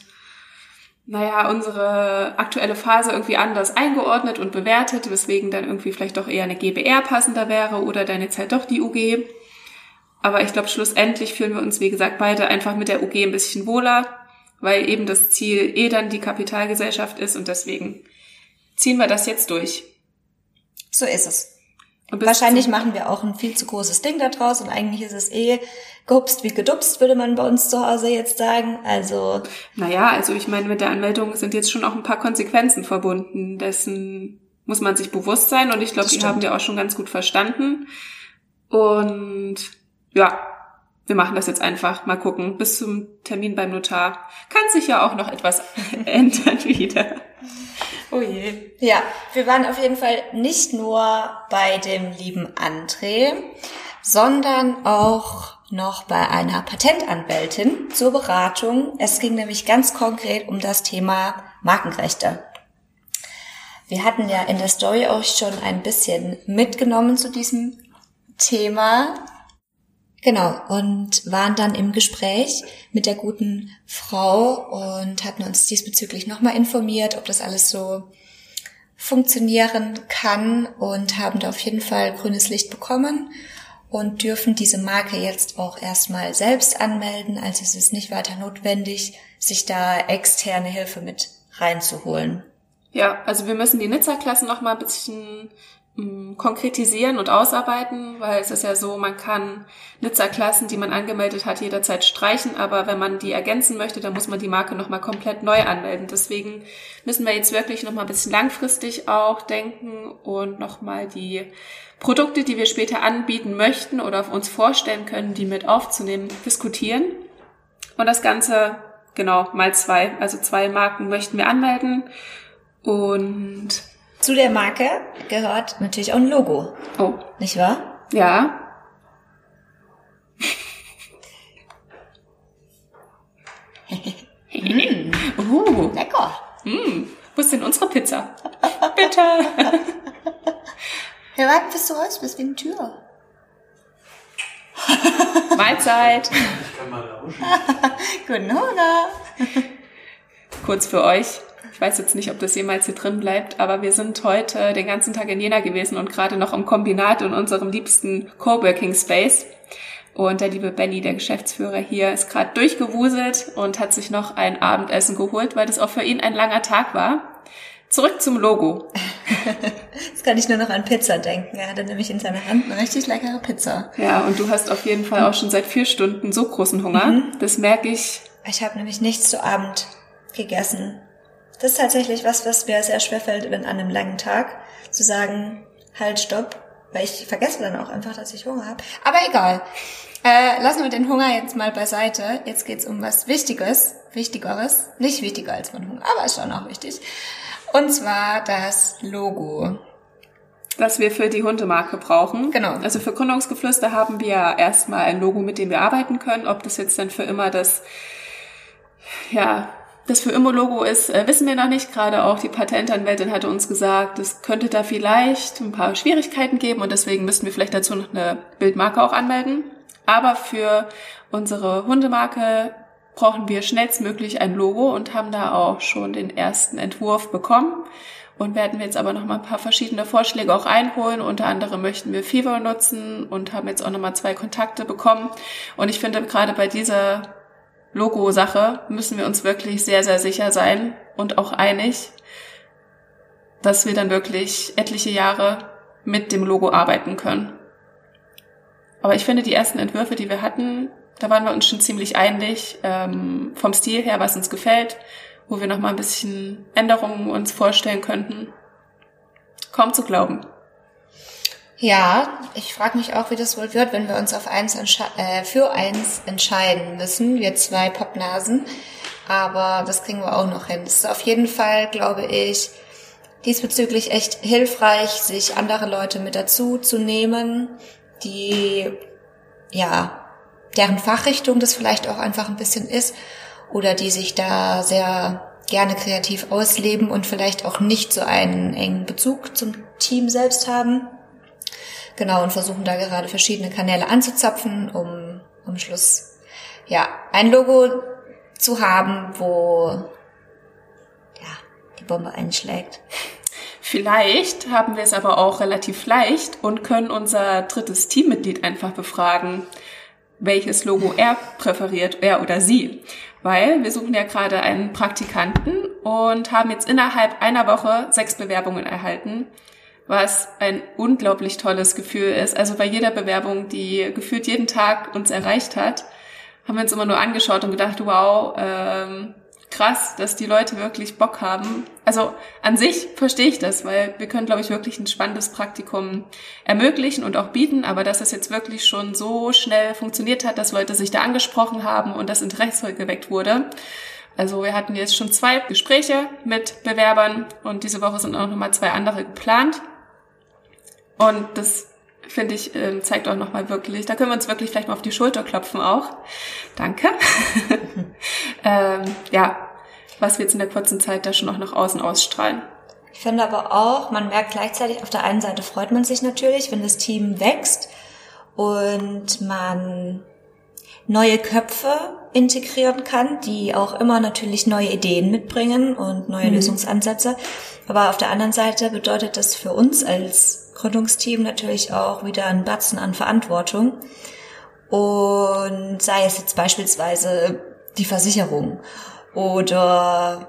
unsere aktuelle Phase irgendwie anders eingeordnet und bewertet, weswegen dann irgendwie vielleicht doch eher eine GbR passender wäre oder dann jetzt halt doch die UG. Aber ich glaube, schlussendlich fühlen wir uns, wie gesagt, beide einfach mit der UG ein bisschen wohler, weil eben das Ziel dann die Kapitalgesellschaft ist und deswegen ziehen wir das jetzt durch. So ist es. Und wahrscheinlich machen wir auch ein viel zu großes Ding da draus und eigentlich ist es gehupst wie gedupst, würde man bei uns zu Hause jetzt sagen. Also ich meine, mit der Anmeldung sind jetzt schon auch ein paar Konsequenzen verbunden. Dessen muss man sich bewusst sein und ich glaube, die haben wir auch schon ganz gut verstanden. Und ja, wir machen das jetzt einfach. Mal gucken. Bis zum Termin beim Notar kann sich ja auch noch etwas ändern wieder. Oh je. Ja, wir waren auf jeden Fall nicht nur bei dem lieben André, sondern auch noch bei einer Patentanwältin zur Beratung. Es ging nämlich ganz konkret um das Thema Markenrechte. Wir hatten ja in der Story auch schon ein bisschen mitgenommen zu diesem Thema. Genau, und waren dann im Gespräch mit der guten Frau und hatten uns diesbezüglich nochmal informiert, ob das alles so funktionieren kann und haben da auf jeden Fall grünes Licht bekommen und dürfen diese Marke jetzt auch erstmal selbst anmelden. Also es ist nicht weiter notwendig, sich da externe Hilfe mit reinzuholen. Ja, also wir müssen die Nizza-Klassen nochmal ein bisschen konkretisieren und ausarbeiten, weil es ist ja so, man kann Nizza-Klassen, die man angemeldet hat, jederzeit streichen, aber wenn man die ergänzen möchte, dann muss man die Marke nochmal komplett neu anmelden. Deswegen müssen wir jetzt wirklich nochmal ein bisschen langfristig auch denken und nochmal die Produkte, die wir später anbieten möchten oder auf uns vorstellen können, die mit aufzunehmen, diskutieren. Und das Ganze, mal 2, also 2 Marken möchten wir anmelden und zu der Marke gehört natürlich auch ein Logo. Oh. Nicht wahr? Ja. Lecker. Wo ist denn unsere Pizza? Bitte. Wir warten, bis du raus bist, wegen Tür. Mahlzeit. Ich kann mal lauschen. Guten Hunger. Kurz für euch. Ich weiß jetzt nicht, ob das jemals hier drin bleibt, aber wir sind heute den ganzen Tag in Jena gewesen und gerade noch im Kombinat in unserem liebsten Coworking Space. Und der liebe Benny, der Geschäftsführer hier, ist gerade durchgewuselt und hat sich noch ein Abendessen geholt, weil das auch für ihn ein langer Tag war. Zurück zum Logo. Jetzt kann ich nur noch an Pizza denken. Er hatte nämlich in seiner Hand eine richtig leckere Pizza. Ja, und du hast auf jeden Fall auch schon seit 4 Stunden so großen Hunger. Das merke ich. Ich habe nämlich nichts zu Abend gegessen. Das ist tatsächlich was mir sehr schwerfällt, wenn an einem langen Tag zu sagen, halt, stopp, weil ich vergesse dann auch einfach, dass ich Hunger habe. Aber egal. Lassen wir den Hunger jetzt mal beiseite. Jetzt geht's um was Wichtigeres. Nicht wichtiger als mein Hunger, aber ist schon auch wichtig. Und zwar das Logo. Das wir für die Hundemarke brauchen. Genau. Also für Gründungsgeflüster haben wir erstmal ein Logo, mit dem wir arbeiten können. Ob das jetzt dann für immer das für Immo-Logo ist, wissen wir noch nicht. Gerade auch die Patentanwältin hatte uns gesagt, es könnte da vielleicht ein paar Schwierigkeiten geben und deswegen müssten wir vielleicht dazu noch eine Bildmarke auch anmelden. Aber für unsere Hundemarke brauchen wir schnellstmöglich ein Logo und haben da auch schon den ersten Entwurf bekommen und werden wir jetzt aber noch mal ein paar verschiedene Vorschläge auch einholen. Unter anderem möchten wir Fiverr nutzen und haben jetzt auch noch mal 2 Kontakte bekommen. Und ich finde, gerade bei dieser Logo-Sache müssen wir uns wirklich sehr, sehr sicher sein und auch einig, dass wir dann wirklich etliche Jahre mit dem Logo arbeiten können. Aber ich finde, die ersten Entwürfe, die wir hatten, da waren wir uns schon ziemlich einig, vom Stil her, was uns gefällt, wo wir noch mal ein bisschen Änderungen uns vorstellen könnten. Kaum zu glauben. Ja, ich frage mich auch, wie das wohl wird, wenn wir uns für eins entscheiden müssen, wir 2 Pappnasen. Aber das kriegen wir auch noch hin. Es ist auf jeden Fall, glaube ich, diesbezüglich echt hilfreich, sich andere Leute mit dazu zu nehmen, die deren Fachrichtung das vielleicht auch einfach ein bisschen ist oder die sich da sehr gerne kreativ ausleben und vielleicht auch nicht so einen engen Bezug zum Team selbst haben. Genau, und versuchen da gerade verschiedene Kanäle anzuzapfen, um am Schluss ein Logo zu haben, wo die Bombe einschlägt. Vielleicht haben wir es aber auch relativ leicht und können unser drittes Teammitglied einfach befragen, welches Logo er präferiert, er oder sie. Weil wir suchen ja gerade einen Praktikanten und haben jetzt innerhalb einer Woche 6 Bewerbungen erhalten, was ein unglaublich tolles Gefühl ist. Also bei jeder Bewerbung, die gefühlt jeden Tag uns erreicht hat, haben wir uns immer nur angeschaut und gedacht, wow, krass, dass die Leute wirklich Bock haben. Also an sich verstehe ich das, weil wir können, glaube ich, wirklich ein spannendes Praktikum ermöglichen und auch bieten, aber dass es jetzt wirklich schon so schnell funktioniert hat, dass Leute sich da angesprochen haben und das Interesse geweckt wurde. Also wir hatten jetzt schon 2 Gespräche mit Bewerbern und diese Woche sind auch nochmal 2 andere geplant. Und das, finde ich, zeigt auch nochmal wirklich, da können wir uns wirklich vielleicht mal auf die Schulter klopfen auch. Danke. Was wir jetzt in der kurzen Zeit da schon auch nach außen ausstrahlen. Ich finde aber auch, man merkt gleichzeitig, auf der einen Seite freut man sich natürlich, wenn das Team wächst und man neue Köpfe integrieren kann, die auch immer natürlich neue Ideen mitbringen und neue Lösungsansätze. Aber auf der anderen Seite bedeutet das für uns als Gründungsteam natürlich auch wieder einen Batzen an Verantwortung. Und sei es jetzt beispielsweise die Versicherung oder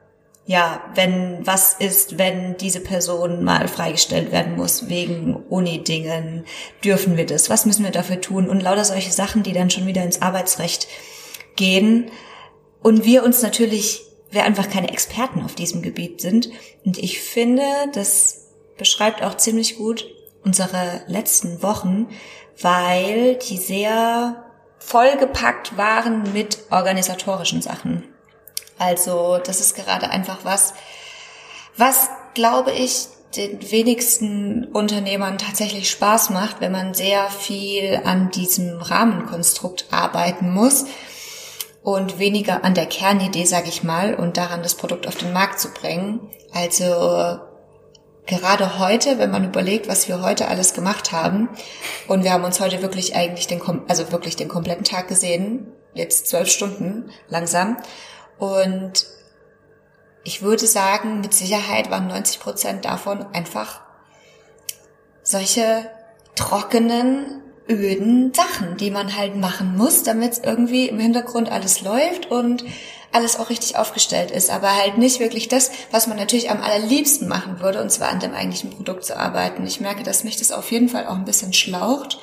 wenn diese Person mal freigestellt werden muss wegen Uni-Dingen, dürfen wir das? Was müssen wir dafür tun? Und lauter solche Sachen, die dann schon wieder ins Arbeitsrecht gehen. Und wir einfach keine Experten auf diesem Gebiet sind. Und ich finde, das beschreibt auch ziemlich gut unsere letzten Wochen, weil die sehr vollgepackt waren mit organisatorischen Sachen. Also das ist gerade einfach was, glaube ich, den wenigsten Unternehmern tatsächlich Spaß macht, wenn man sehr viel an diesem Rahmenkonstrukt arbeiten muss und weniger an der Kernidee, sage ich mal, und daran das Produkt auf den Markt zu bringen. Also gerade heute, wenn man überlegt, was wir heute alles gemacht haben, und wir haben uns heute wirklich eigentlich den kompletten Tag gesehen, jetzt 12 Stunden langsam, und ich würde sagen, mit Sicherheit waren 90% davon einfach solche trockenen, öden Sachen, die man halt machen muss, damit es irgendwie im Hintergrund alles läuft und alles auch richtig aufgestellt ist, aber halt nicht wirklich das, was man natürlich am allerliebsten machen würde, und zwar an dem eigentlichen Produkt zu arbeiten. Ich merke, dass mich das auf jeden Fall auch ein bisschen schlaucht.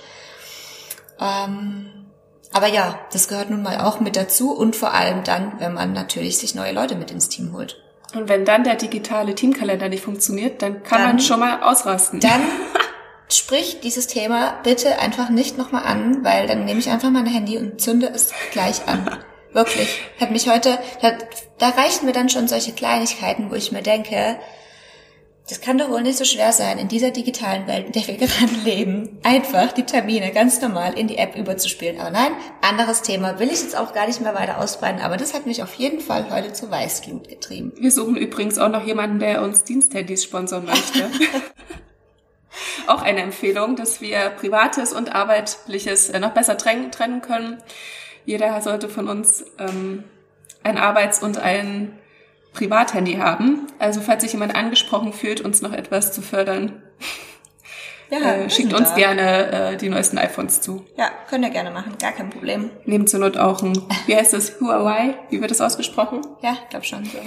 Aber ja, das gehört nun mal auch mit dazu und vor allem dann, wenn man natürlich sich neue Leute mit ins Team holt. Und wenn dann der digitale Teamkalender nicht funktioniert, dann kann man schon mal ausrasten. Dann sprich dieses Thema bitte einfach nicht nochmal an, weil dann nehme ich einfach mein Handy und zünde es gleich an. Wirklich. Hat mich heute, da reichen mir dann schon solche Kleinigkeiten, wo ich mir denke, das kann doch wohl nicht so schwer sein, in dieser digitalen Welt, in der wir gerade leben, einfach die Termine ganz normal in die App überzuspielen. Aber nein, anderes Thema, will ich jetzt auch gar nicht mehr weiter ausbreiten, aber das hat mich auf jeden Fall heute zu Weißglut getrieben. Wir suchen übrigens auch noch jemanden, der uns Diensthandys sponsern möchte. Auch eine Empfehlung, dass wir Privates und Arbeitliches noch besser trennen können. Jeder sollte von uns ein Arbeits- und ein Privathandy haben. Also falls sich jemand angesprochen fühlt, uns noch etwas zu fördern, schickt uns gerne die neuesten iPhones zu. Ja, könnt ihr gerne machen, gar kein Problem. Nehmen zur Not auch ein, wie heißt das, Huawei? Wie wird das ausgesprochen? Ja, ich glaube schon so.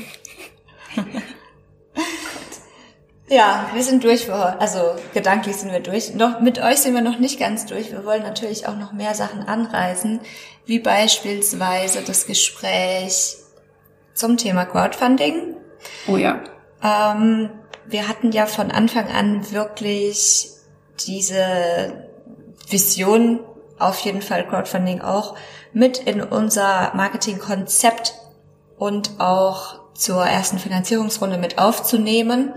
Ja, wir sind durch für heute. Also gedanklich sind wir durch. Noch mit euch sind wir noch nicht ganz durch. Wir wollen natürlich auch noch mehr Sachen anreißen, wie beispielsweise das Gespräch zum Thema Crowdfunding. Oh ja. Wir hatten ja von Anfang an wirklich diese Vision, auf jeden Fall Crowdfunding auch, mit in unser Marketingkonzept und auch zur ersten Finanzierungsrunde mit aufzunehmen.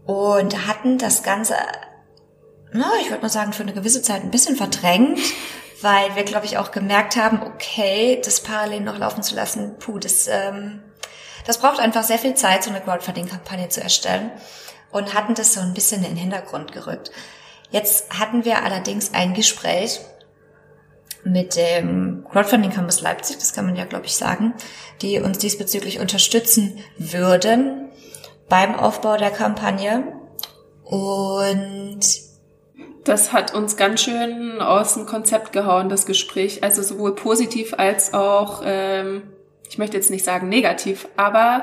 Und hatten das Ganze, ich würde mal sagen, für eine gewisse Zeit ein bisschen verdrängt, weil wir, glaube ich, auch gemerkt haben, okay, das parallel noch laufen zu lassen, das braucht einfach sehr viel Zeit, so eine Crowdfunding-Kampagne zu erstellen, und hatten das so ein bisschen in den Hintergrund gerückt. Jetzt hatten wir allerdings ein Gespräch mit dem Crowdfunding Campus Leipzig, das kann man ja, glaube ich, sagen, die uns diesbezüglich unterstützen würden beim Aufbau der Kampagne. Und das hat uns ganz schön aus dem Konzept gehauen, das Gespräch. Also sowohl positiv als auch, ich möchte jetzt nicht sagen negativ, aber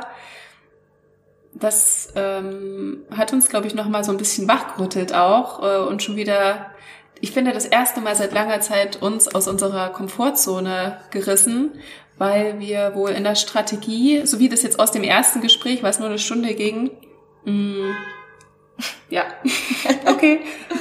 das hat uns, glaube ich, nochmal so ein bisschen wachgerüttelt auch und schon wieder, ich finde, das erste Mal seit langer Zeit uns aus unserer Komfortzone gerissen, weil wir wohl in der Strategie, so wie das jetzt aus dem ersten Gespräch, was nur eine Stunde ging, ja, okay.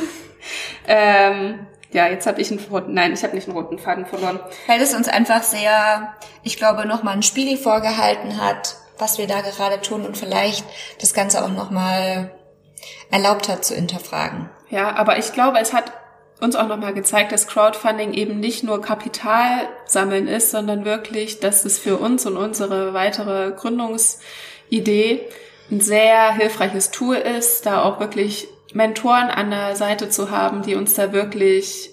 Ja, jetzt habe ich ich habe nicht einen roten Faden verloren. Weil es uns einfach sehr, ich glaube, nochmal einen Spiegel vorgehalten hat, was wir da gerade tun, und vielleicht das Ganze auch nochmal erlaubt hat zu hinterfragen. Ja, aber ich glaube, es hat uns auch nochmal gezeigt, dass Crowdfunding eben nicht nur Kapital sammeln ist, sondern wirklich, dass es für uns und unsere weitere Gründungsidee ein sehr hilfreiches Tool ist, da auch wirklich Mentoren an der Seite zu haben, die uns da wirklich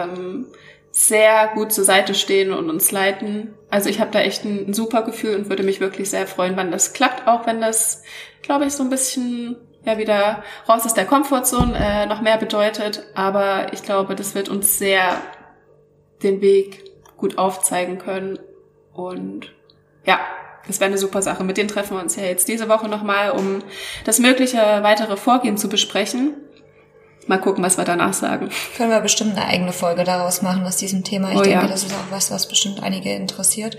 sehr gut zur Seite stehen und uns leiten. Also ich habe da echt ein super Gefühl und würde mich wirklich sehr freuen, wann das klappt, auch wenn das, glaube ich, so ein bisschen wieder raus aus der Komfortzone noch mehr bedeutet. Aber ich glaube, das wird uns sehr den Weg gut aufzeigen können. Und ja, das wäre eine super Sache. Mit denen treffen wir uns ja jetzt diese Woche nochmal, um das mögliche weitere Vorgehen zu besprechen. Mal gucken, was wir danach sagen. Können wir bestimmt eine eigene Folge daraus machen aus diesem Thema. Ich denke, das ist auch was bestimmt einige interessiert.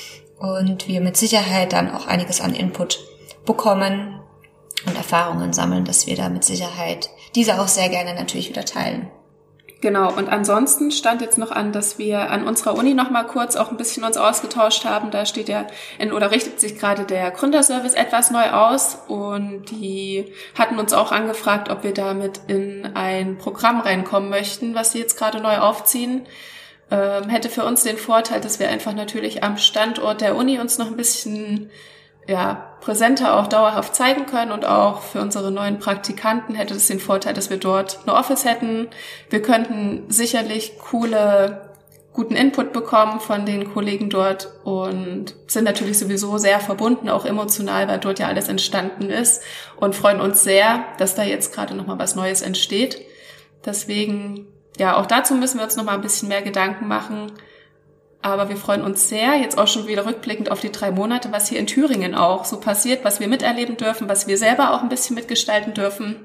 Und wir mit Sicherheit dann auch einiges an Input bekommen und Erfahrungen sammeln, dass wir da mit Sicherheit diese auch sehr gerne natürlich wieder teilen. Genau, und ansonsten stand jetzt noch an, dass wir an unserer Uni noch mal kurz auch ein bisschen uns ausgetauscht haben. Da steht ja richtet sich gerade der Gründerservice etwas neu aus, und die hatten uns auch angefragt, ob wir damit in ein Programm reinkommen möchten, was sie jetzt gerade neu aufziehen. Hätte für uns den Vorteil, dass wir einfach natürlich am Standort der Uni uns noch ein bisschen präsenter auch dauerhaft zeigen können, und auch für unsere neuen Praktikanten hätte es den Vorteil, dass wir dort eine Office hätten. Wir könnten sicherlich guten Input bekommen von den Kollegen dort und sind natürlich sowieso sehr verbunden, auch emotional, weil dort ja alles entstanden ist, und freuen uns sehr, dass da jetzt gerade nochmal was Neues entsteht. Deswegen, auch dazu müssen wir uns nochmal ein bisschen mehr Gedanken machen. Aber wir freuen uns sehr, jetzt auch schon wieder rückblickend auf die 3 Monate, was hier in Thüringen auch so passiert, was wir miterleben dürfen, was wir selber auch ein bisschen mitgestalten dürfen.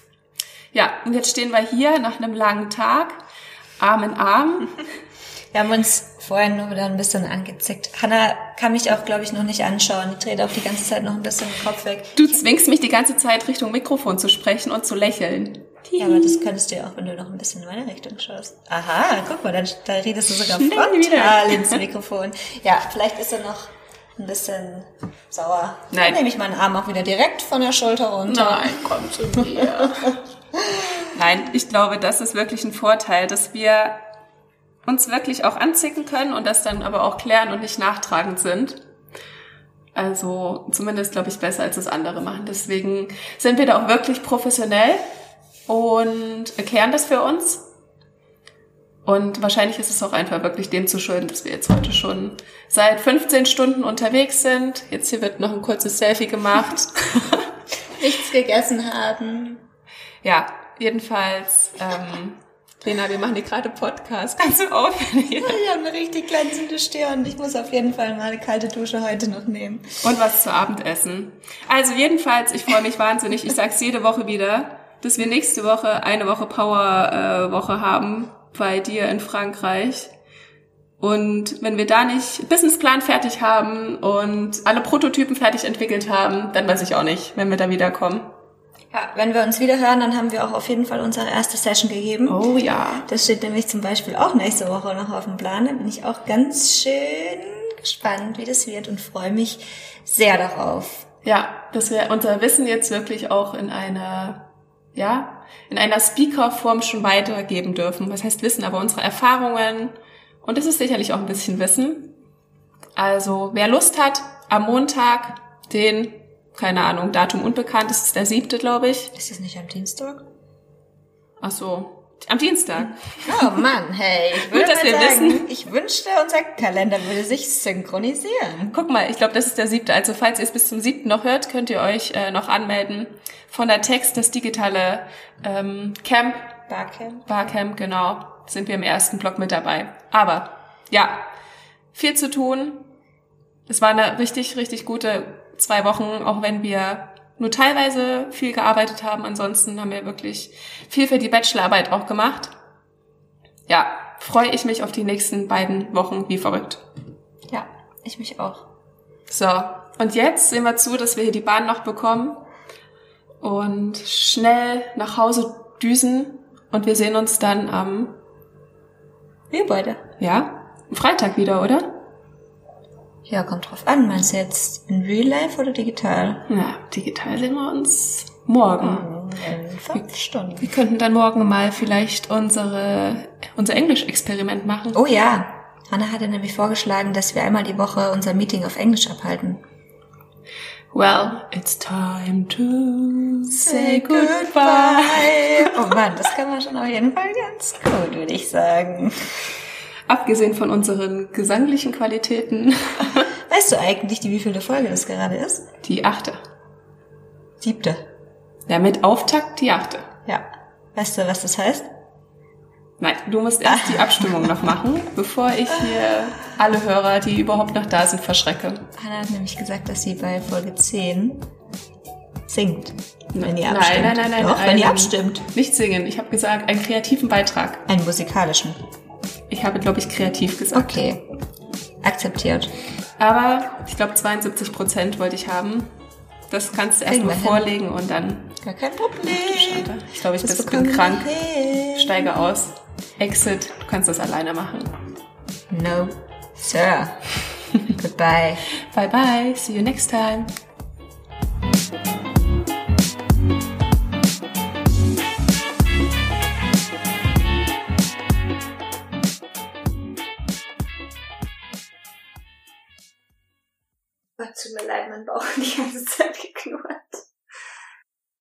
Ja, und jetzt stehen wir hier nach einem langen Tag, Arm in Arm. Wir haben uns vorher nur wieder ein bisschen angezickt. Hanna kann mich auch, glaube ich, noch nicht anschauen. Die dreht auch die ganze Zeit noch ein bisschen den Kopf weg. Du zwingst mich die ganze Zeit Richtung Mikrofon zu sprechen und zu lächeln. Ja, aber das könntest du ja auch, wenn du noch ein bisschen in meine Richtung schaust. Aha, guck mal, da redest du sogar frontal ins Mikrofon. Ja, vielleicht ist er noch ein bisschen sauer. Nein. Dann nehme ich meinen Arm auch wieder direkt von der Schulter runter. Nein, komm zu mir. Nein, ich glaube, das ist wirklich ein Vorteil, dass wir uns wirklich auch anzicken können und das dann aber auch klären und nicht nachtragend sind. Also zumindest, glaube ich, besser als das andere machen. Deswegen sind wir da auch wirklich professionell und erklären das für uns. Und wahrscheinlich ist es auch einfach wirklich dem zu schulden, dass wir jetzt heute schon seit 15 Stunden unterwegs sind. Jetzt hier wird noch ein kurzes Selfie gemacht. Nichts gegessen haben. Ja, jedenfalls, Lena, wir machen hier gerade Podcast. Kannst du aufhören hier? Ich habe eine richtig glänzende Stirn. Ich muss auf jeden Fall mal eine kalte Dusche heute noch nehmen. Und was zu Abend essen. Also jedenfalls, ich freue mich wahnsinnig. Ich sag's jede Woche wieder, dass wir nächste Woche eine Woche Power-Woche haben bei dir in Frankreich. Und wenn wir da nicht Businessplan fertig haben und alle Prototypen fertig entwickelt haben, dann weiß ich auch nicht, wenn wir da wiederkommen. Ja, wenn wir uns wieder hören, dann haben wir auch auf jeden Fall unsere erste Session gegeben. Oh ja. Das steht nämlich zum Beispiel auch nächste Woche noch auf dem Plan. Da bin ich auch ganz schön gespannt, wie das wird, und freue mich sehr darauf. Ja, dass wir unser Wissen jetzt wirklich auch in eine in einer Speaker-Form schon weitergeben dürfen. Was heißt Wissen, aber unsere Erfahrungen. Und das ist sicherlich auch ein bisschen Wissen. Also wer Lust hat, am Montag, den, keine Ahnung, Datum unbekannt, das ist der 7., glaube ich. Ist das nicht am Dienstag? Ach so, am Dienstag. Oh Mann, hey. Gut, dass wir wissen. Ich wünschte, unser Kalender würde sich synchronisieren. Guck mal, ich glaube, das ist der 7. Also falls ihr es bis zum 7. noch hört, könnt ihr euch noch anmelden. Von der Text, das digitale Camp. Barcamp, genau. Sind wir im ersten Block mit dabei. Aber, ja, viel zu tun. Es war eine richtig, richtig gute 2 Wochen, auch wenn wir nur teilweise viel gearbeitet haben. Ansonsten haben wir wirklich viel für die Bachelorarbeit auch gemacht. Ja, freue ich mich auf die nächsten 2 Wochen wie verrückt. Ja, ich mich auch. So, und jetzt sehen wir zu, dass wir hier die Bahn noch bekommen und schnell nach Hause düsen. Und wir sehen uns dann am... Wir beide. Ja, am Freitag wieder, oder? Ja, kommt drauf an. Meinst du jetzt in Real Life oder digital? Ja, digital sehen wir uns morgen. In 5 Stunden. Wir könnten dann morgen mal vielleicht unser Englisch-Experiment machen. Oh ja. Hanna hatte nämlich vorgeschlagen, dass wir einmal die Woche unser Meeting auf Englisch abhalten. Well, it's time to say goodbye. Oh Mann, das kann man schon auf jeden Fall ganz gut, würde ich sagen. Abgesehen von unseren gesanglichen Qualitäten. Weißt du eigentlich, wievielte Folge das gerade ist? Die 8. 7. Ja, mit Auftakt die 8. Ja. Weißt du, was das heißt? Nein, du musst erst die Abstimmung noch machen, bevor ich hier alle Hörer, die überhaupt noch da sind, verschrecke. Hanna hat nämlich gesagt, dass sie bei Folge 10 singt. Wenn ihr abstimmt. Nein. Doch, wenn ihr abstimmt. Nicht singen. Ich habe gesagt, einen kreativen Beitrag. Einen musikalischen. Ich habe, glaube ich, kreativ gesagt. Okay. Akzeptiert. Aber ich glaube, 72% wollte ich haben. Das kannst du erst mal vorlegen und dann... Gar kein Problem. Ich glaube, ich bin krank. Steige aus. Exit. Du kannst das alleine machen. No, sir. Goodbye. Bye bye. See you next time. Tut mir leid, mein Bauch hat die ganze Zeit